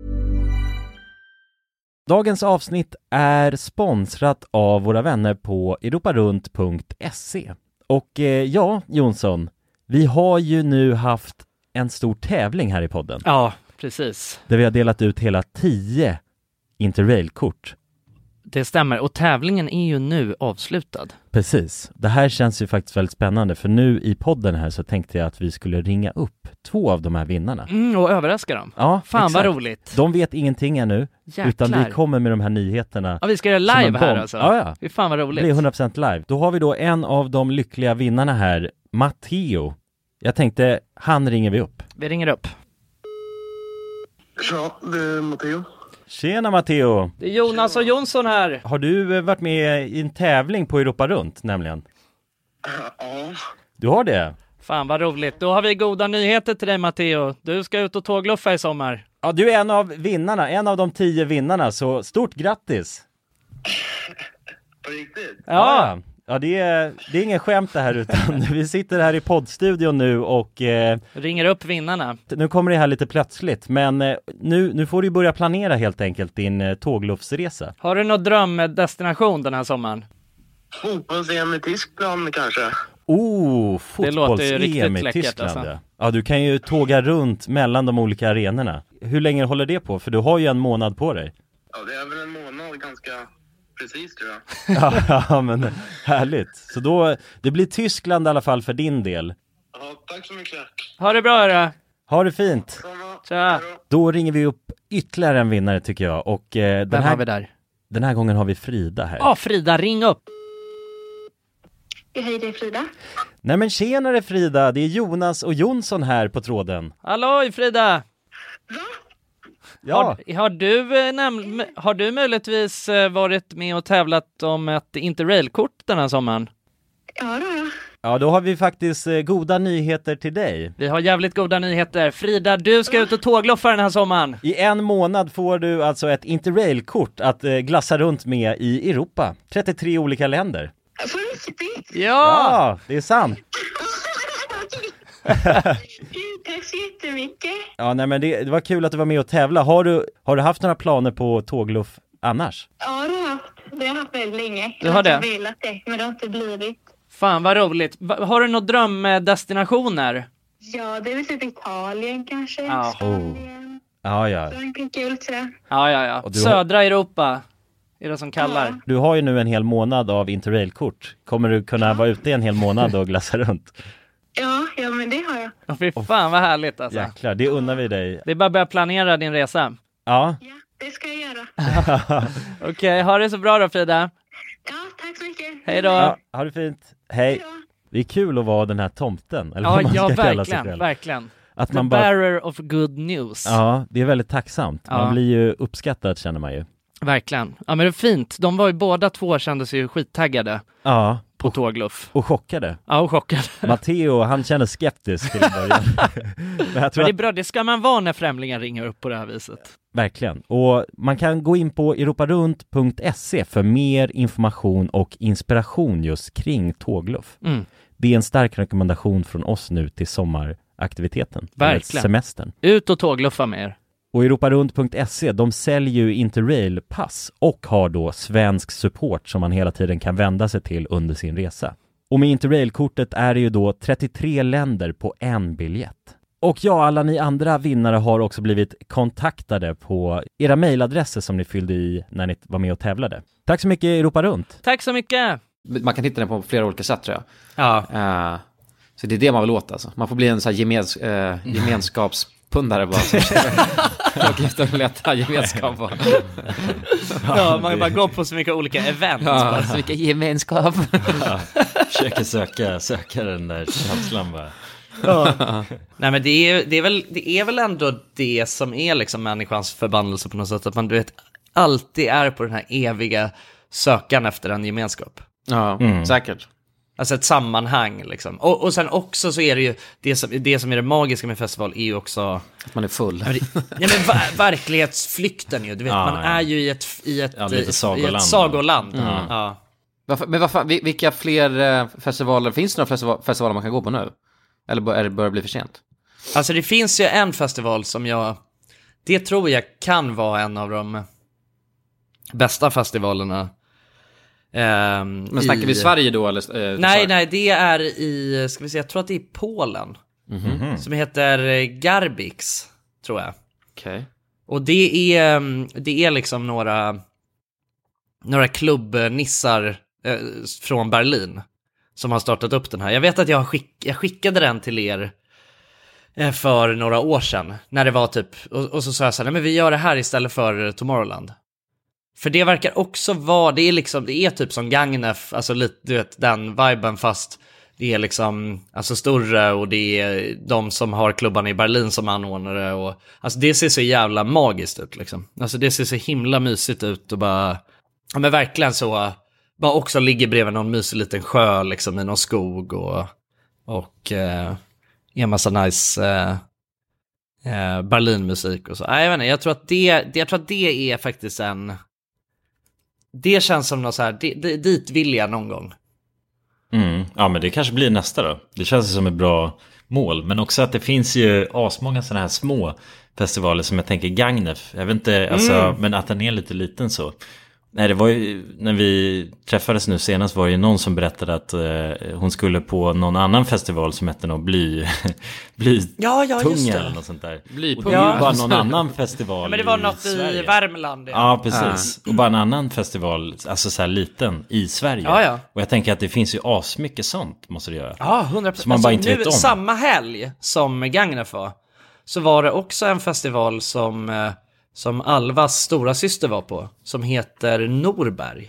Dagens avsnitt är sponsrat av våra vänner på europarunt.se. Och ja, Jonsson, vi har ju nu haft en stor tävling här i podden. Ja, precis. Där vi har delat ut hela 10 Interrail-kort. Det stämmer, och tävlingen är ju nu avslutad. Precis. Det här känns ju faktiskt väldigt spännande, för nu i podden här så tänkte jag att vi skulle ringa upp 2 av de här vinnarna. Och överraska dem. Ja, fan exakt. vad roligt. De vet ingenting ännu, Jäklar. utan vi kommer med de här nyheterna. Ja, vi ska göra live här alltså. Ja. Det är fan vad roligt. Det blir 100% live. Då har vi då en av de lyckliga vinnarna här, Matteo. Jag tänkte, han ringer vi upp. Vi ringer upp. Ja, det är Matteo. Tjena Matteo! Det är Jonas och Jonsson här. Har du varit med i en tävling på Europa Runt nämligen? Ja. Du har det? Fan vad roligt. Då har vi goda nyheter till dig Matteo. Du ska ut och tågluffa i sommar. Ja, du är en av vinnarna, en av de 10 vinnarna, så stort grattis! På riktigt? Ja, det är ingen skämt det här, utan vi sitter här i poddstudion nu och ringer upp vinnarna. Nu kommer det här lite plötsligt, men nu får du börja planera helt enkelt din tågluffsresa. Har du någon drömdestination den här sommaren? Fotbolls-EM i Tyskland kanske. Fotbolls-EM i Tyskland. Alltså. Ja, du kan ju tåga runt mellan de olika arenorna. Hur länge håller det på? För du har ju en månad på dig. Ja, det är väl en månad ganska precis tror jag. Ja, men härligt. Så då, det blir Tyskland i alla fall för din del. Ja, tack så mycket. Ha det bra då. Ha det fint. Tja. Då ringer vi upp ytterligare en vinnare tycker jag. Och Vem har vi där? Den här gången har vi Frida här. Ja, Frida, ring upp. Hej, det är Frida. Nej men tjenare Frida, det är Jonas och Jonsson här på tråden. Halloj Frida! Va? Ja. Har du möjligtvis varit med och tävlat om ett Interrail-kort den här sommaren? Ja, då. Ja, då har vi faktiskt goda nyheter till dig. Vi har jävligt goda nyheter. Frida, du ska ut och tågluffa den här sommaren. I en månad får du alltså ett Interrail-kort att glassa runt med i Europa. 33 olika länder. På riktigt? Ja, det är sant. Tack så jättemycket. Ja, nej men det var kul att du var med och tävla. Har du haft några planer på tågluff annars? Ja, det har jag haft väldigt länge. Du har det? Jag har velat det, men det har inte blivit. Fan vad roligt. Har du några drömdestinationer? Ja, det är väl typ Italien kanske. Ja. Spanien. Ja. Frankrike, kul sådär. Ja. Södra Europa är det som kallar. Ja. Du har ju nu en hel månad av Interrail-kort. Kommer du kunna vara ute en hel månad och glassa runt? Ja, men det har jag. Oh, fy fan vad härligt alltså. Jäklar, det unnar vi dig. Det är bara att börja planera din resa. Ja. Ja, det ska jag göra. Okej, ha det så bra då Frida. Ja, tack så mycket. Hej då. Ja, ha det fint. Hej. Det är kul att vara den här tomten. Eller vad man ska kalla sig själv. Verkligen. Att The man bara... bearer of good news. Ja, det är väldigt tacksamt. Man blir ju uppskattad känner man ju. Verkligen. Ja, men det är fint. De var ju båda två kände sig ju skittaggade. Ja. På tågluff. Och chockade. Ja, och chockade. Matteo, han känner skeptisk till början. Men jag tror men det är bra, det ska man vara när främlingar ringer upp på det här viset. Verkligen. Och man kan gå in på europarunt.se för mer information och inspiration just kring tågluff. Det är en stark rekommendation från oss nu till sommaraktiviteten. Verkligen. Semestern. Ut och tågluffa med er. Och europarunt.se, de säljer ju Interrail-pass och har då svensk support som man hela tiden kan vända sig till under sin resa. Och med Interrail-kortet är det ju då 33 länder på en biljett. Och ja, alla ni andra vinnare har också blivit kontaktade på era mejladresser som ni fyllde i när ni var med och tävlade. Tack så mycket Europa Runt! Tack så mycket! Man kan hitta den på flera olika sätt tror jag. Ja. Så det är det man vill åt alltså. Man får bli en sån här gemenskapspundare bara. Och leta gemenskap. Ja, man bara går på så mycket olika event. Ja, så mycket gemenskap. Försöker söka den där känslan bara. Ja. Nej men det är väl ändå det som är liksom människans förbannelse på något sätt, att man du vet alltid är på den här eviga sökan efter en gemenskap. Ja, säkert. Alltså ett sammanhang liksom. Och sen också så är det ju det som är det magiska med festival är ju också att man är full. Ja, men verklighetsflykten ju, du vet, man är ju i ett sagoland. Ja. Men vilka fler festivaler finns det? Några festivaler man kan gå på nu? Eller är det börjar bli för sent? Alltså det finns ju en festival som det tror jag kan vara en av de bästa festivalerna. Men snackar vi i Sverige då? Eller, nej, det är i, ska vi se, jag tror att det är i Polen. Som heter Garbix, tror jag. Okej. Och det är liksom några klubbnissar från Berlin som har startat upp den här. Jag vet att jag skickade den till er för några år sedan, när det var typ, och så sa jag så här, nej men vi gör det här istället för Tomorrowland. För det verkar också vara, det är typ som Gagnef, alltså lite, du vet, den viben, fast det är liksom, alltså större, och det är de som har klubbarna i Berlin som anordnar det, och alltså det ser så jävla magiskt ut liksom. Alltså det ser så himla mysigt ut, och bara, ja men verkligen så, bara också ligger bredvid någon mysig liten sjö liksom i någon skog, och en massa nice Berlinmusik och så. Nej, jag vet inte, jag tror att det är faktiskt det känns som något så här, dit vill jag någon gång. Ja, men det kanske blir nästa då. Det känns som ett bra mål. Men också att det finns ju asmånga sådana här små festivaler som jag tänker Gagnef. Jag vet inte, alltså, men att den är lite liten så. Nej, det var ju, när vi träffades nu senast var det ju någon som berättade att hon skulle på någon annan festival som hette någon Blytung eller något sånt där. Blypung. Och det är ju bara någon annan festival. Men det var något i Värmland. Ja, precis. Och bara en annan festival, alltså så här liten i Sverige. Ja. Och jag tänker att det finns ju asmycket sånt, måste det göra. Ja, 100%. Som man bara inte vet om. Samma helg som Gagnef var, så var det också en festival som Alvas stora syster var på, som heter Norberg.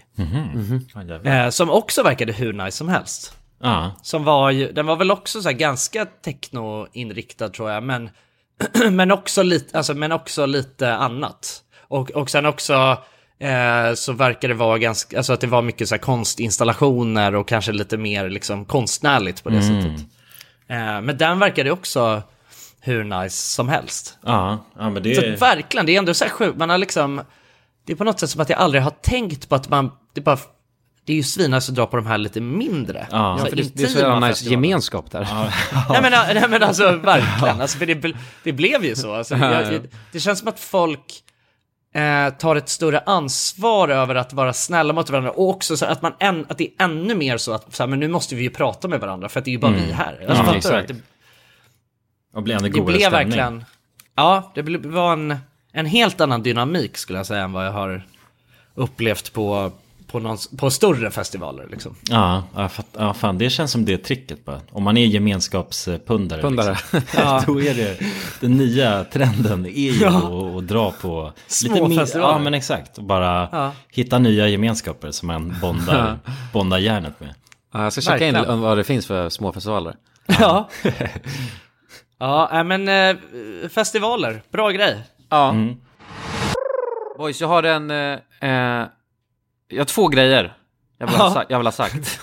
Som också verkade hur nice som helst. Den var väl också så här ganska techno-inriktad, tror jag, men också lite annat. Och sen också så verkar det vara ganska, alltså att det var mycket så här konstinstallationer och kanske lite mer liksom konstnärligt på det sättet. Men den verkade också hur nice som helst. Ja, men det så verkligen, det är ändå så här sjukt. Man har liksom, det är på något sätt som att jag aldrig har tänkt på att det är ju svinast att dra på de här lite mindre. Ja, för det är så jävla nice gemenskap där. Nej men alltså verkligen, alltså, för det blev ju så. Alltså, det känns som att folk tar ett större ansvar över att vara snälla mot varandra, och också så att att det är ännu mer så att så här, men nu måste vi ju prata med varandra, för att det är ju bara vi här. Alltså, fattar du? Och blir det blev verkligen, det var en helt annan dynamik, skulle jag säga, än vad jag har upplevt på större festivaler liksom. Ja, fan, det känns som det tricket bara. Om man är gemenskapspundare liksom. Då är det den nya trenden är ju att dra på små lite festivaler. Ja, men exakt, och bara hitta nya gemenskaper som man bondar hjärnet med. Ja, jag ska checka in vad det finns för små festivaler. Ja. Ja, men festivaler, bra grej. Ja. Boys, jag har jag har 2 grejer jag vill ha sagt.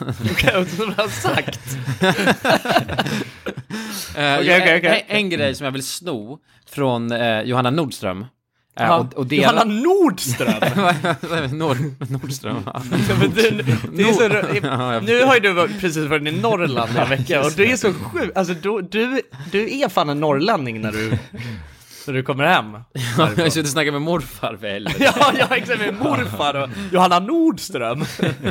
Okej. En grej som jag vill sno från Johanna Nordström. Johanna Nordström? Nordström. Nu har ju du precis varit i Norrland en vecka, och det är så sjukt. Alltså, du är fan en norrlänning när du kommer hem. Jag ska snacka med morfar för helvete. Ja, exakt, med morfar och Johanna Nordström.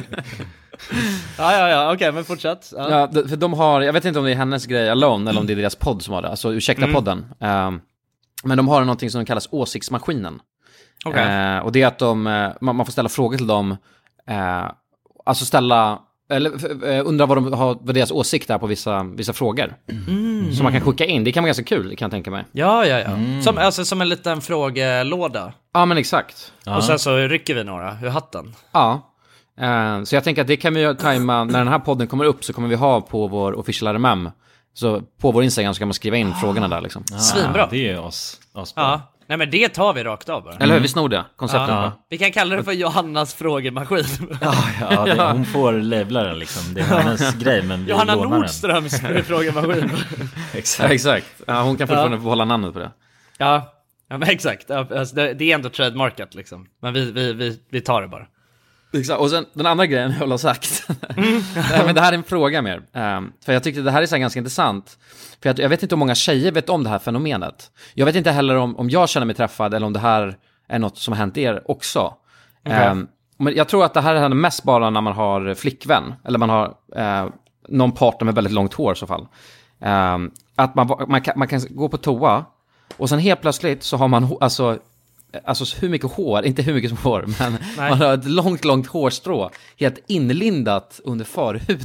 Ja, okej, men fortsätt. Ja, för de har, jag vet inte om det är hennes grej Alone eller om det är deras podd som har det. Alltså, ursäkta podden. Men de har någonting som kallas åsiktsmaskinen. Och det är att man får ställa frågor till dem. Alltså undra vad deras åsikt är på vissa frågor. Som man kan skicka in. Det kan vara ganska kul, det kan jag tänka mig. Ja. Som en liten frågelåda. Ja, men exakt. Och sen så rycker vi några ur hatten. Ja. Så jag tänker att det kan vi tajma. När den här podden kommer upp så kommer vi ha på vår official RMM. Så på vår Instagram så kan man skriva in frågorna där liksom. Svinbra. Det är oss. Ja. Nej men det tar vi rakt av bara. Eller hur, vi snor det konceptet. Ja. Vi kan kalla det för Johannas frågemaskin. Hon får labla den liksom. Det är hennes grej, men vi Johanna lånar Nordströms frågemaskin. Exakt. Ja, hon kan fortfarande få hålla namnet på det. Ja men exakt. Alltså, det är ändå trademarkat liksom. Men vi tar det bara. Exakt. Och sen den andra grejen jag vill ha sagt. Men det här är en fråga mer. För jag tyckte det här är så ganska intressant. För jag vet inte hur många tjejer vet om det här fenomenet. Jag vet inte heller om jag känner mig träffad eller om det här är något som har hänt er också. Men jag tror att det här är mest bara när man har flickvän. Eller man har någon partner med väldigt långt hår i så fall. Att man kan gå på toa. Och sen helt plötsligt så har man alltså hur mycket hår, inte hur mycket som hår, men man har ett långt hårstrå helt inlindat under förhuden.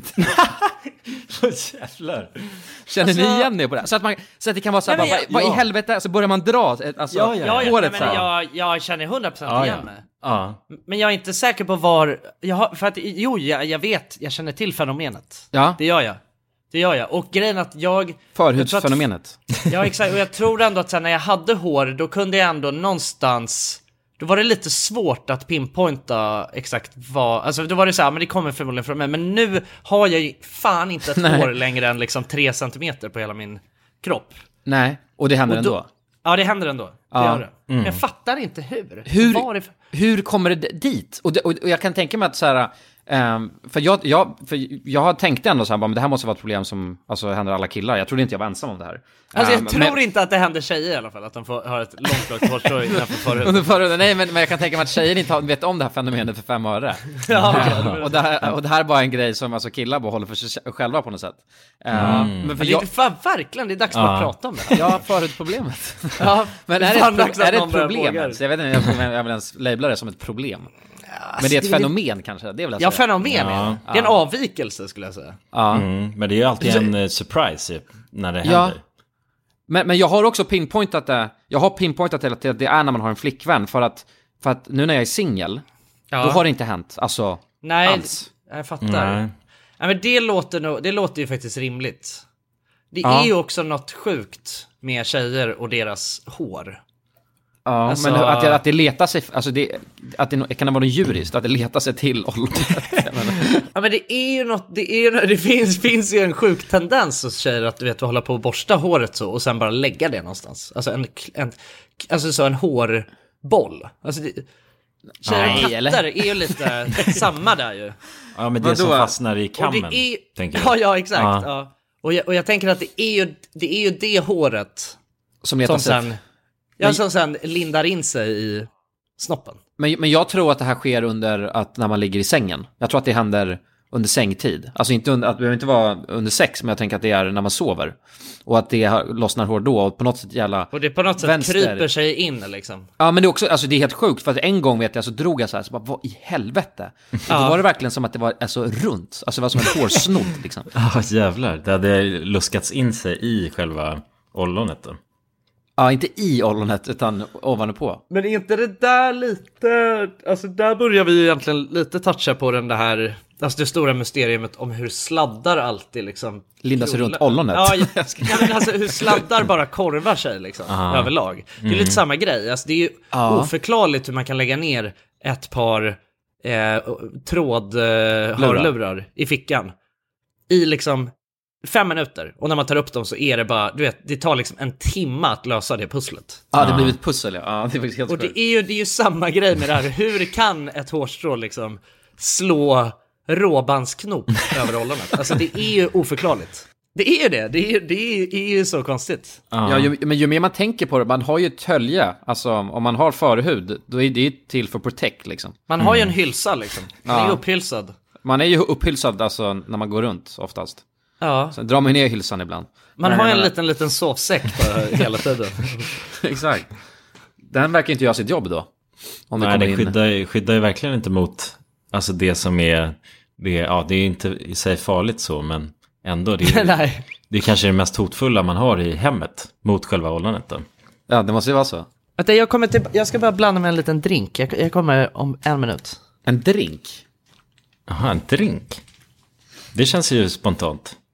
Jävlar. Känner ni igen det på det? Så att det kan vara så här, vad i helvete, så börjar man dra håret så här. Jag känner 100% igen mig. Men jag är inte säker på var jag vet, jag känner till fenomenet. Ja. Det gör jag. Och grejen att förhudsfenomenet. Ja, exakt. Och jag tror ändå att sen när jag hade hår, då kunde jag ändå någonstans... Då var det lite svårt att pinpointa exakt vad... Alltså då var det så här, men det kommer förmodligen från mig. Men nu har jag ju fan inte ett hår längre än liksom 3 centimeter på hela min kropp. Nej, och det händer ändå. Ja, det händer ändå. Det gör det. Men jag fattar inte hur kommer det dit? Och jag kan tänka mig att så här... För jag har tänkt ändå så här, men det här måste vara ett problem som alltså händer alla killar. Jag trodde inte jag var ensam om det här. Alltså jag tror inte att det händer tjejer i alla fall, att de har ett långt hårstrå innanför förhuden. Nej, men jag kan tänka mig att tjejer inte vet om det här fenomenet för 5 öre. Och det här är bara en grej som alltså killar bara håller för sig själva på något sätt. Men det är fan verkligen, det är dags för att prata om det här. Ja, förhudproblemet. Men är det ett problem? Så jag vet inte om jag vill ens labla det som ett problem. Men det är ett fenomen kanske, det är väl fenomen. Det är en avvikelse skulle jag säga. Men det är ju alltid en surprise när det händer. Men jag har också pinpointat det. Jag har pinpointat det till att det är när man har en flickvän. För att nu när jag är singel, då har det inte hänt. Alltså, alls. Jag fattar. Nej, men det låter ju faktiskt rimligt. Det är ju också något sjukt med tjejer och deras hår. Ja, alltså, men att det letar sig, alltså att det kan vara djuriskt, att det letar sig till ollonet. Ja, men det är ju något, det finns ju en sjuk tendens hos tjejer att du vet hålla på att borsta håret så och sen bara lägga det någonstans. Alltså en hårboll. Alltså tjejer och katter är ju lite samma där ju. Ja, men det som fastnar i kammen, tänker jag. Ja, exakt. Ja. Och jag tänker att det är ju det håret som letar sig sen... Ja, som sen lindar in sig i snoppen. Men jag tror att det här sker när man ligger i sängen. Jag tror att det händer under sängtid. Alltså inte att det behöver inte vara under sex, men jag tänker att det är när man sover. Och att det lossnar hår då och på något sätt och det på något sätt kryper sig in liksom. Ja, men det är också, alltså det är helt sjukt, för att en gång vet jag så drog jag så här, så bara, vad i helvete? Och då var det verkligen som att det var alltså runt. Alltså det var som en hårsnodd liksom. Ja, jävlar. Det hade luskats in sig i själva ollonet då. Ja, inte i ollonet utan ovanpå. Men är inte det där lite... Alltså där börjar vi egentligen lite toucha på den där... Alltså det stora mysteriet om hur sladdar alltid liksom... Lindar sig runt ollonet. Ja, men alltså hur sladdar bara korvar sig liksom överlag. Det är lite samma grej. Alltså det är ju oförklarligt hur man kan lägga ner ett par hörlurar i fickan. I liksom... 5 minuter. Och när man tar upp dem så är det bara, du vet, det tar liksom en timme att lösa det pusslet. Ja, det blir ett pussel, ja. Det är helt och det är ju samma grej med det här. Hur kan ett hårstrå liksom slå råbandsknop över ollonet? Alltså det är ju oförklarligt. Det är ju det. Det är ju så konstigt. Ja, men ju mer man tänker på det, man har ju ett hölje. Alltså om man har förhud, då är det till för protect liksom. Man har ju en hylsa liksom. Man är ju upphylsad. Man är ju upphylsad alltså när man går runt oftast. Ja. Sen drar man ner hylsan ibland. Man har en liten sovsäck hela tiden. Exakt. Den verkar inte göra sitt jobb då. Om nej, det skyddar ju verkligen inte mot alltså det som är det är inte i sig farligt så, men ändå det är det är kanske det mest hotfulla man har i hemmet mot själva ollonet då. Ja, det måste ju vara så. Jag ska bara blanda med en liten drink. Jag kommer om 1 minut. En drink? Aha, en drink. Det känns ju spontant.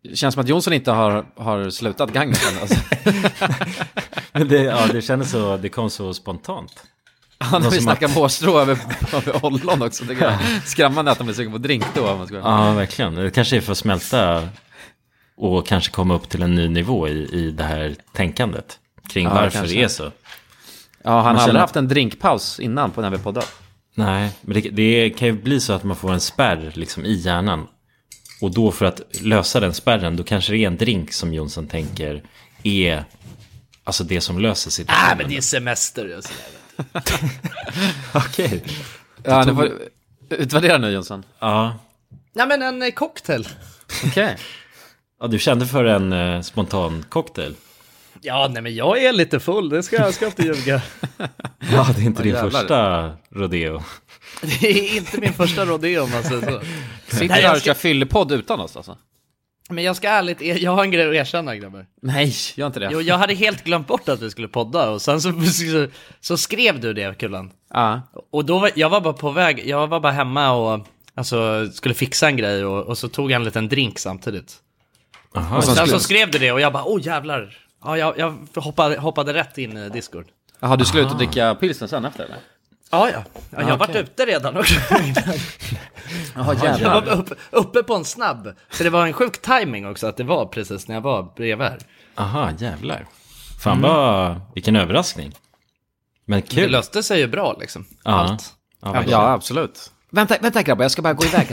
Det känns som att Jonsson inte har slutat gangen alltså. Men det kändes så, det kom så spontant. Ja, när vi snackar påstrå över ollon också. Det är skrämmande att de är sugen på drink då. Om man ska... Ja, verkligen. Det kanske är för att smälta och kanske komma upp till en ny nivå i det här tänkandet kring varför det är så. Ja, han har aldrig haft en drinkpaus innan på när vi poddar. Nej, men det kan ju bli så att man får en spärr liksom i hjärnan. Och då för att lösa den spärren, då kanske det är en drink som Jonsson tänker är alltså det som löser situationen. Nej, men det är semester och sådär. Okej. Ja, du får utvärdera nu, Jonsson. Ja. Nej, men en cocktail. Okej. Ja, du kände för en spontan cocktail. Ja, nej, men jag är lite full, det ska jag inte ljuga. Ja, det är inte din första rodeo. Det är inte min första rodeo, man säger så. Sitter här och kör fyllepodd utan oss alltså. Men jag ska ärligt, jag har en grej att erkänna, grabbar. Nej, gör inte det. Jo, jag hade helt glömt bort att vi skulle podda. Och sen så skrev du det, Kullan. Ja. Och då jag var bara på väg, jag var bara hemma och alltså, skulle fixa en grej. Och så tog jag en liten drink samtidigt. Aha. Och sen så skrev du det och jag bara, jävlar. Ja, jag hoppade rätt in i Discord. Jaha, du skulle ut och dricka pilsen sen efter, eller? Ja, jag har varit ute redan också. Jag var uppe på en snabb. Så det var en sjuk timing också att det var precis när jag var bredvid här. Aha, jävlar. Fan vilken överraskning. Men kul. Det löste sig ju bra liksom. Allt. Ja, absolut. Vänta grabbar, jag ska bara gå iväg.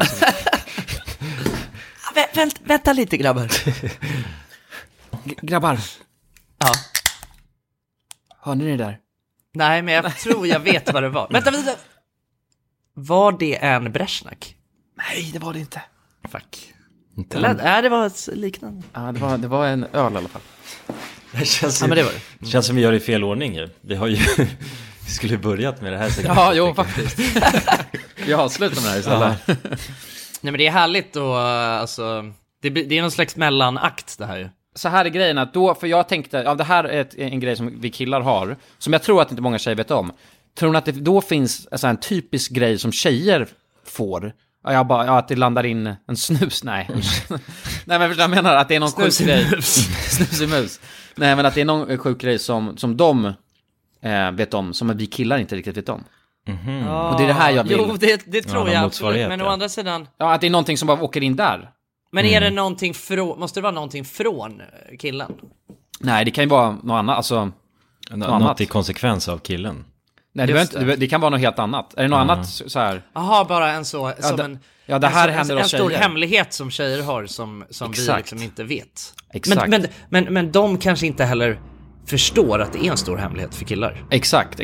Vänta lite grabbar. Grabbar. Ja. Hör ni det där? Nej, men jag tror jag vet vad det var. Vänta. Var det en Brezhnak? Nej, det var det inte. Fuck. Nej, det var liknande. Ja, det var en öl i alla fall. Det känns, men det var det. Det känns som vi gör det i fel ordning ju. Vi har ju vi skulle börjat med det här segmentet. Ja, jo, faktiskt. Vi har slutat med det här istället. Nej, men det är härligt och alltså det är någon slags mellanakt det här ju. Så här är grejen att då, för jag tänkte, det här är en grej som vi killar har, som jag tror att inte många tjejer vet om. Tror ni att det då finns alltså, en typisk grej som tjejer får? Att det landar in en snus, nej. Nej, men jag menar att det är någon sjuk grej. Snus i mus. Nej, men att det är någon sjuk grej som de vet om, som vi killar inte riktigt vet om. Och det är det här jag vill. Jo, det tror jag absolut. Men å andra sidan... Ja, att det är någonting som bara åker in där. Men är det någonting måste det vara någonting från killen? Nej, det kan ju vara något annat, alltså något i konsekvens av killen. Nej, det kan vara något helt annat. Är det något annat så här? Jaha, bara en så det här händer en oss stor tjejer. Hemlighet som tjejer har som vi liksom inte vet. Exakt. Men de kanske inte heller förstår att det är en stor hemlighet för killar. Exakt.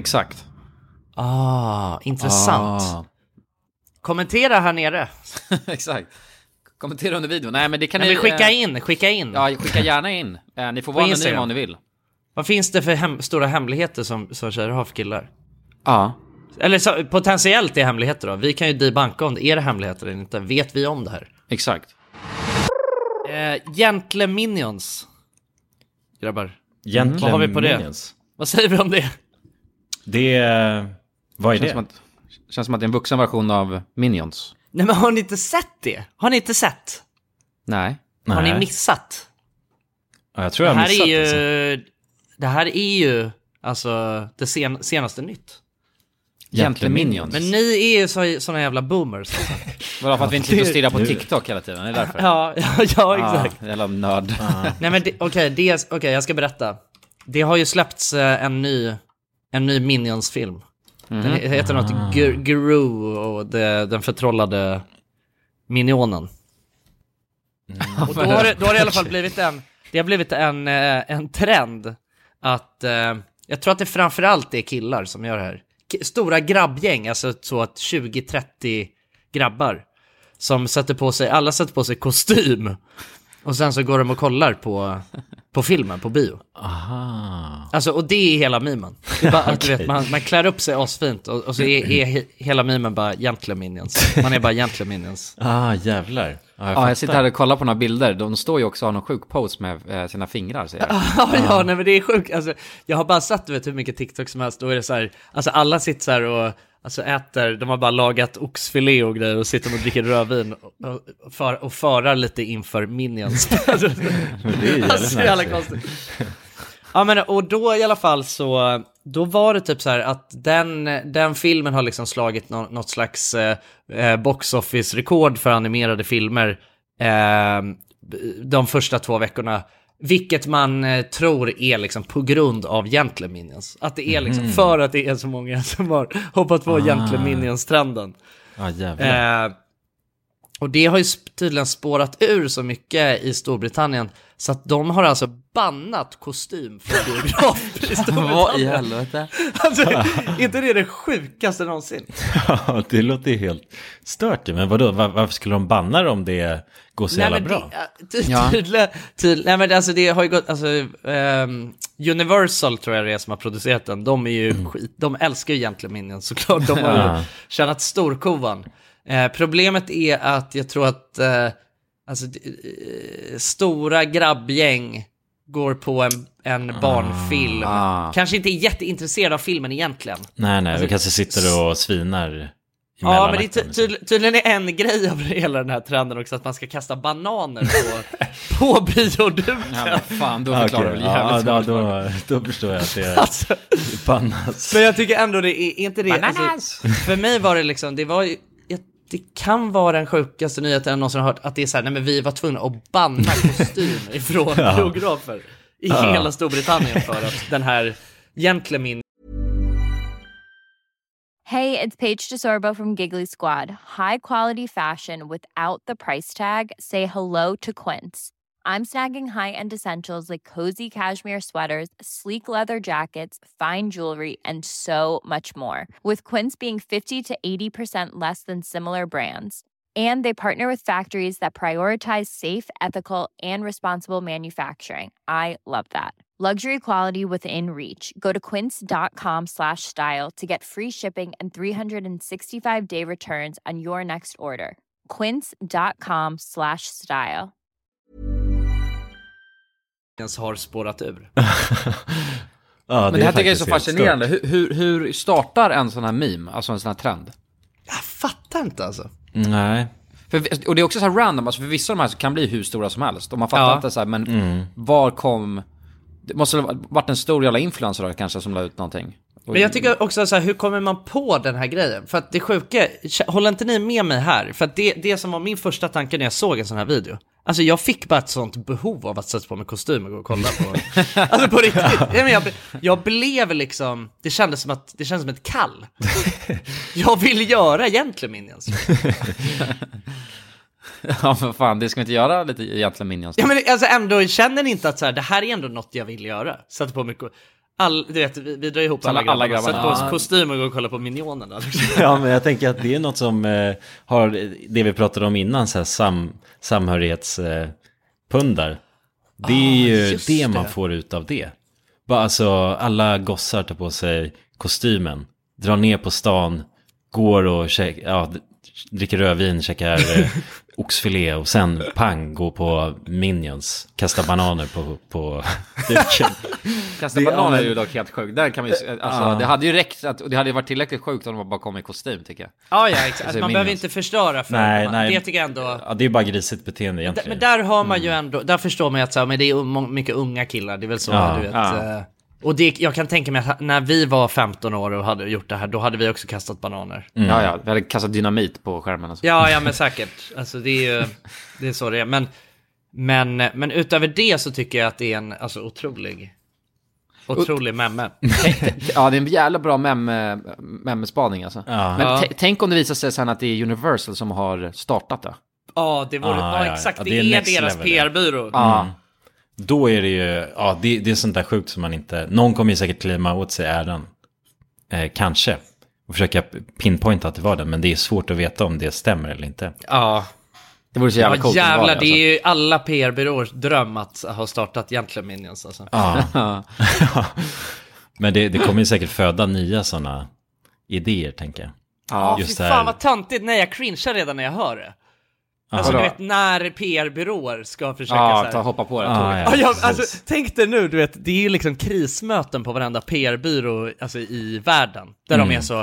Intressant. Kommentera här nere. Exakt. Kommentera under videon. Nej, men det kan ni skicka in. Ja, skicka gärna in. Ni får vara anonym om ni vill. Vad finns det för stora hemligheter som tjejer har för killar? Ja. Eller så, potentiellt är hemligheter då. Vi kan ju debanka om det är hemligheter eller inte. Vet vi om det här? Exakt. Gentle Minions. Grabbar. Gentle Vad har vi på Minions? Det? Vad säger vi om det? Vad är det? Känns som att det är en vuxen version av Minions. Nej, men har ni inte sett det? Har ni inte sett? Nej. Har ni missat? Ja, jag tror jag har missat det. Det här är ju alltså det senaste nytt. Gentle Minions. Men ni är ju såna jävla boomers. Vadå, för att vi inte sitter och stirrar på TikTok hela tiden? Är det därför? Ja, exakt. Jävla nörd. Nej, men okej, jag ska berätta. Det har ju släppts en ny Minions-film. Den heter något Guru och den förtrollade minionen. Och då har det i alla fall blivit en trend att jag tror att det framförallt är killar som gör det här. Stora grabbgäng, alltså så att 20-30 grabbar som alla sätter på sig kostym och sen så går de och kollar på filmen på bio. Aha. Alltså, och det är hela mimen. Det är bara, att, du vet, man klär upp sig asfint och så är hela mimen bara Gentle Minions. Man är bara Gentle Minions. Jävlar. Jag sitter här och kollar på några bilder. De står ju också och har någon sjuk pose med sina fingrar. Ja, nej, men det är sjukt. Alltså, jag har bara sett, hur mycket TikTok som helst. Då är det så här, alltså alla sitter så här och alltså de har bara lagat oxfilé och grejer och sitter och dricker rödvin och förar lite inför Minions. Det är jävla konstigt. Ja, men och då i alla fall så då var det typ så här att den filmen har liksom slagit något slags box office rekord för animerade filmer de första 2 veckorna, vilket man tror är liksom på grund av Gentle Minions. Att det är liksom för att det är så många som har hoppat på Gentle Minions-trenden. Och det har ju tydligen spårat ur så mycket i Storbritannien så att de har alltså bannat kostym för biografer i Storbritannien. Vad i helvete? Alltså, inte det sjukaste någonsin? Ja, det låter ju helt stört. Men vadå, varför skulle de banna det om det går så jävla bra? Nej, men alltså det har ju gått, alltså Universal tror jag det är som har producerat den. De är ju de älskar ju egentligen Minions såklart. De har ju tjänat storkovan. Problemet är att jag tror att alltså, stora grabbgäng går på en barnfilm. Kanske inte är jätteintresserad av filmen egentligen. Nej, alltså, vi kanske sitter och svinar. Ja, men det är tydligen är en grej av hela den här trenden också, att man ska kasta bananer på bioduken. Ja, men fan, då förklarar du jävligt. Då förstår jag att det är alltså, banas. Men jag tycker ändå det är inte det. Alltså, för mig var det liksom, det kan vara den sjukaste nyheten jag någonsin har hört, att det är så här, nej men vi var tvungna att banna kostym ifrån biografer i hela Storbritannien för att den här egentligen Hey, it's Paige DeSorbo from Giggly Squad. High quality fashion without the price tag. Say hello to Quince. I'm snagging high-end essentials like cozy cashmere sweaters, sleek leather jackets, fine jewelry, and so much more. With Quince being 50 to 80% less than similar brands. And they partner with factories that prioritize safe, ethical, and responsible manufacturing. I love that. Luxury quality within reach. Go to quince.com/style to get free shipping and 365-day returns on your next order. Quince.com/style. har spårat ur. Men det här tycker jag är så fascinerande. Hur startar en sån här meme, alltså en sån här trend? Jag fattar inte alltså. Nej. Och det är också så här random, alltså för vissa av de här så kan bli hur stora som helst. Och man fattar inte så här, men var kom... Det måste ha varit en stor jävla influencer då, kanske, som la ut någonting. Men jag tycker också så här, hur kommer man på den här grejen? För att det sjuka, håller inte ni med mig här? För att det som var min första tanke när jag såg en sån här video. Alltså jag fick bara ett sånt behov av att sätta på mig kostym och gå och kolla på. Alltså på riktigt. Jag blev liksom, det kändes som ett kall. Jag vill göra egentligen Minions. Ja, men fan, det ska vi inte göra lite egentligen Minions. Ja, men alltså ändå, känner ni inte att så här, det här är ändå något jag vill göra? Sätta på mig du vet, vi drar ihop alla grabbarna. Sätta på oss kostym och gå och kolla på Minionerna. Ja, men jag tänker att det är något som har det vi pratade om innan, så här samhörighetspundar. Det är ju det man får ut av det. Bara, alltså, alla gossar tar på sig kostymen, drar ner på stan, går och dricker rödvin, käkar oxfilé och sen pang, gå på Minions, kasta bananer på duken. Kasta bananer är ju dock helt sjukt. Där kan vi, alltså, det hade ju räckt och det hade ju varit tillräckligt sjukt om de bara kom i kostym, tycker jag. Ja, exakt. Alltså, man behöver inte förstöra för nej. Det tycker jag ändå. Ja, det är bara grisigt beteende egentligen. Men där har man ju ändå, där förstår man ju att så här, men det är mycket unga killar, det är väl så, du vet. Och jag kan tänka mig att när vi var 15 år och hade gjort det här, då hade vi också kastat bananer. Ja, vi hade kastat dynamit på skärmen. Alltså. Ja, men säkert. Alltså det är så det är. Men utöver det så tycker jag att det är en otrolig memme. Ja, det är en jävla bra memme-spaning alltså. Men tänk om det visar sig sen att det är Universal som har startat det. Ja, det vore exakt. Det är deras PR-byrå. Då är det ju, det är sånt där sjukt som man inte, någon kommer ju säkert klämma åt sig äran, kanske, och försöka pinpointa att det var det, men det är svårt att veta om det stämmer eller inte. Ja, det vore så jävla coolt. Jävlar, det är ju alla PR-byråers dröm att ha startat egentligen Minions alltså. Men det kommer ju säkert föda nya sådana idéer, tänker jag. Ja, just fan vad töntigt, nej jag cringear redan när jag hör det. Alltså du vet, när PR-byråer ska försöka hoppa på det. Alltså, tänk dig nu, du vet, det är ju liksom krismöten på varenda PR-byrå alltså, i världen. Där de är så,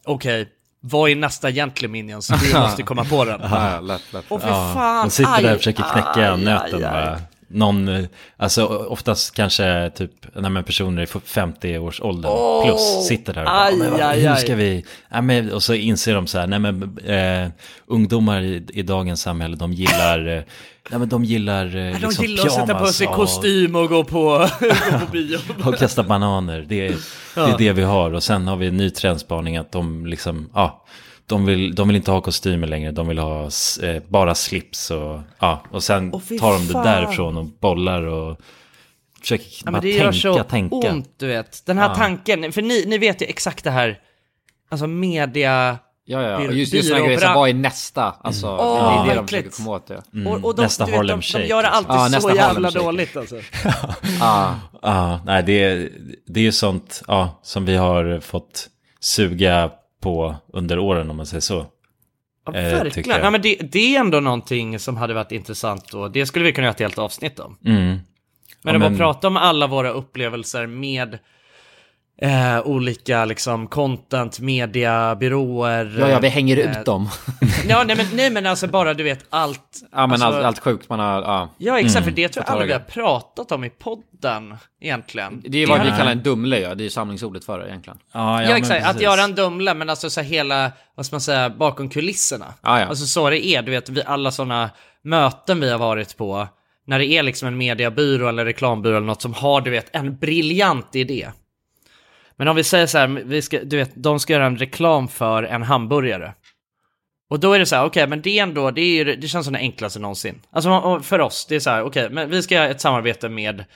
okej, vad är nästa Gently Minions? Vi måste komma på den. Lätt. Åh för fan. De sitter där och försöker knäcka nöten. Någon, alltså oftast kanske typ personer i 50-årsåldern plus sitter där och hur ska vi, och så inser de så här, ungdomar i dagens samhälle, de gillar de gillar liksom att sätta på sig kostym och gå på bio och kasta bananer. Det är det vi har. Och sen har vi en ny trendspaning att de liksom de vill inte ha kostymer längre. De vill ha bara slips och sen tar de det därifrån och bollar och försöker bara det gör så tänka. Ont, du vet. Den här tanken, för ni vet ju exakt det här. Alltså media. Ja. Just såna grejer, vad är nästa? Alltså, det är det de försöker komma åt. Och nästa Harlem Shake. De gör det alltid så jävla dåligt alltså. Nej, det är ju sånt som vi har fått suga på under åren, om man säger så. Ja, verkligen. Nej, men det är ändå någonting som hade varit intressant, och det skulle vi kunna göra ett helt avsnitt om. Men att prata om alla våra upplevelser med olika liksom content, media, byråer. Ja, vi hänger ut dem. nej men alltså bara du vet allt. Ja, men alltså, allt sjukt man har. Ja, exakt, för det tror jag aldrig vi har pratat om i podden egentligen. Det är vad vi kallar en dumle, det är ju samlingsordet för det egentligen. Ja, exakt, att göra en dumle, men alltså så hela, vad ska man säga, bakom kulisserna. Alltså så det är, du vet, vi alla såna möten vi har varit på, när det är liksom en mediebyrå eller reklambyrå eller något som har, du vet, en briljant idé. Men om vi säger så här, de ska göra en reklam för en hamburgare. Och då är det så här, okej, men det är ändå, det känns som det enklaste någonsin. Alltså för oss, det är så här, okej, men vi ska göra ett samarbete med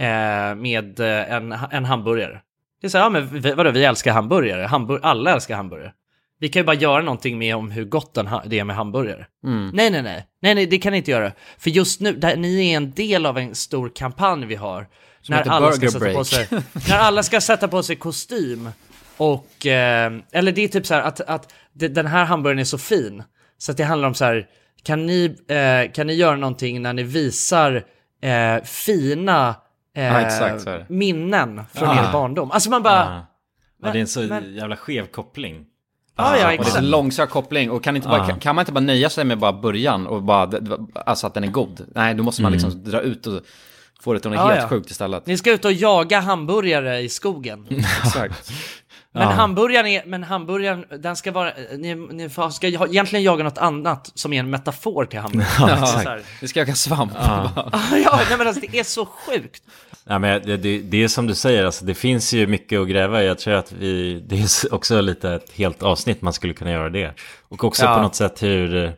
en hamburgare. Det är så här, men vadå, vi älskar hamburgare. Alla älskar hamburgare. Vi kan ju bara göra någonting med om hur gott det är med hamburgare. Nej, det kan ni inte göra. För just nu, ni är en del av en stor kampanj vi har. När alla ska sätta på sig kostym. Och eller det är typ så här att den här hamburgaren är så fin, så att det handlar om så här, kan ni göra någonting när ni visar fina minnen från er barndom. Alltså man bara det är en så jävla skev koppling. Och det är en långsökt koppling. Och kan man inte bara nöja sig med bara början och bara, alltså att den är god. Nej, då måste man liksom dra ut och få det till något helt sjukt istället. Ni ska ut och jaga hamburgare i skogen. Exakt. Men hamburgaren, den ska vara, ni ska egentligen jaga något annat som är en metafor till hamburgaren. Vi ska jaga svamp. Men alltså, det är så sjukt. Ja, men det är som du säger, alltså, det finns ju mycket att gräva. Jag tror att det är också lite ett helt avsnitt man skulle kunna göra det. Och också på något sätt hur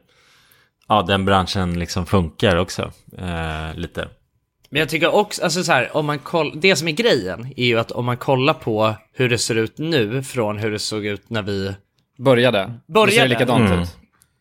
den branschen liksom funkar också lite. Men jag tycker också, alltså så här, om man det som är grejen är ju att om man kollar på hur det ser ut nu från hur det såg ut när vi började. Det ser likadant ut.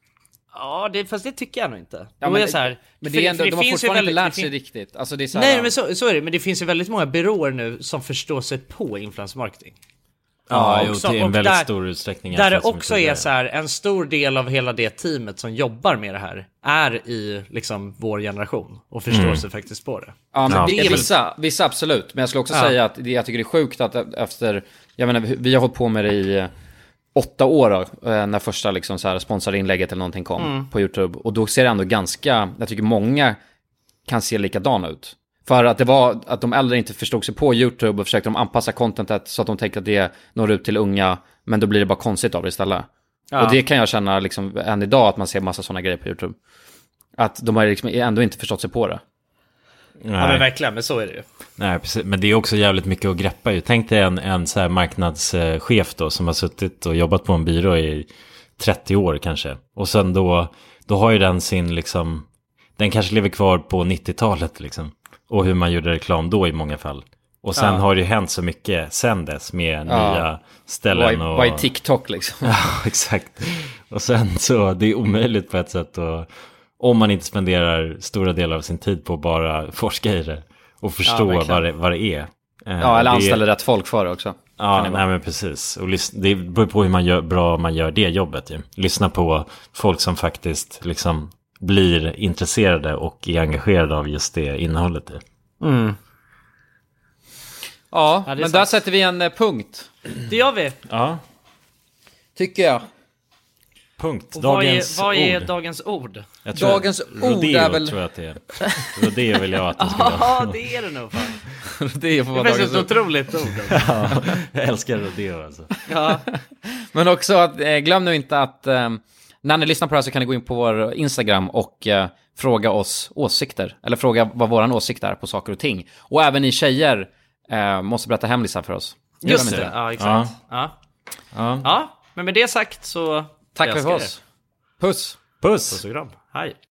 Ja, fast det tycker jag nog inte. Ja, men, så här, men det är ändå, de har fortfarande inte lärt sig riktigt. Alltså, det är så här, nej, men så är det. Men det finns ju väldigt många byråer nu som förstår sig på influencer marketing. Också, till en väldigt stor utsträckning. Där det också är så här, en stor del av hela det teamet som jobbar med det här är i liksom vår generation och förstår sig faktiskt på det. Ja, men det är vissa absolut. Men jag skulle också säga att jag tycker det är sjukt att efter, jag menar, vi har hållit på med det i 8 år då, när första liksom så här sponsrade inlägget eller någonting kom på YouTube. Och då ser det ändå ganska, jag tycker många kan se likadana ut. För att det var att de äldre inte förstod sig på YouTube och försökte de anpassa contentet så att de tänkte att det når ut till unga, men då blir det bara konstigt av det istället. Och det kan jag känna liksom än idag, att man ser massa sådana grejer på YouTube. Att de har liksom ändå inte förstått sig på det. Nej. Ja, men verkligen, men så är det ju. Nej, precis. Men det är också jävligt mycket att greppa ju. Tänk dig en så här marknadschef då som har suttit och jobbat på en byrå i 30 år kanske. Och sen då har ju den sin liksom, den kanske lever kvar på 90-talet liksom. Och hur man gjorde reklam då i många fall. Och sen har det ju hänt så mycket sen dess med nya ställen. Vad är TikTok liksom? Ja, exakt. Och sen så, det är omöjligt på ett sätt. Och, om man inte spenderar stora delar av sin tid på att bara forska i det. Och förstå vad det är. Eller anställa rätt folk för det också. Ja, nej, men precis. Och det beror på hur bra man gör det jobbet. Ju. Lyssna på folk som faktiskt liksom blir intresserade och är engagerade av just det innehållet. Ja, men där sätter vi en punkt. Det gör vi. Ja. Tycker jag. Punkt. Och Dagens vad är ord. dagens ord? Jag tror Dagens ord är väl... tror jag att det är. Rodeo vill jag att det ska vara. Ja, det är det nog fan. Det får vara Det är dagens ett ord. otroligt ord. Ja, jag älskar rodeo alltså. Ja. Men också att, glöm nu inte att när ni lyssnar på det här så kan ni gå in på vår Instagram och fråga oss åsikter. Eller fråga vad våran åsikt är på saker och ting. Och även ni tjejer måste berätta hemlisar för oss. Just det, ja exakt. Ja, men med det sagt så... Tack för oss. Puss. Puss. Puss och kram. Hej.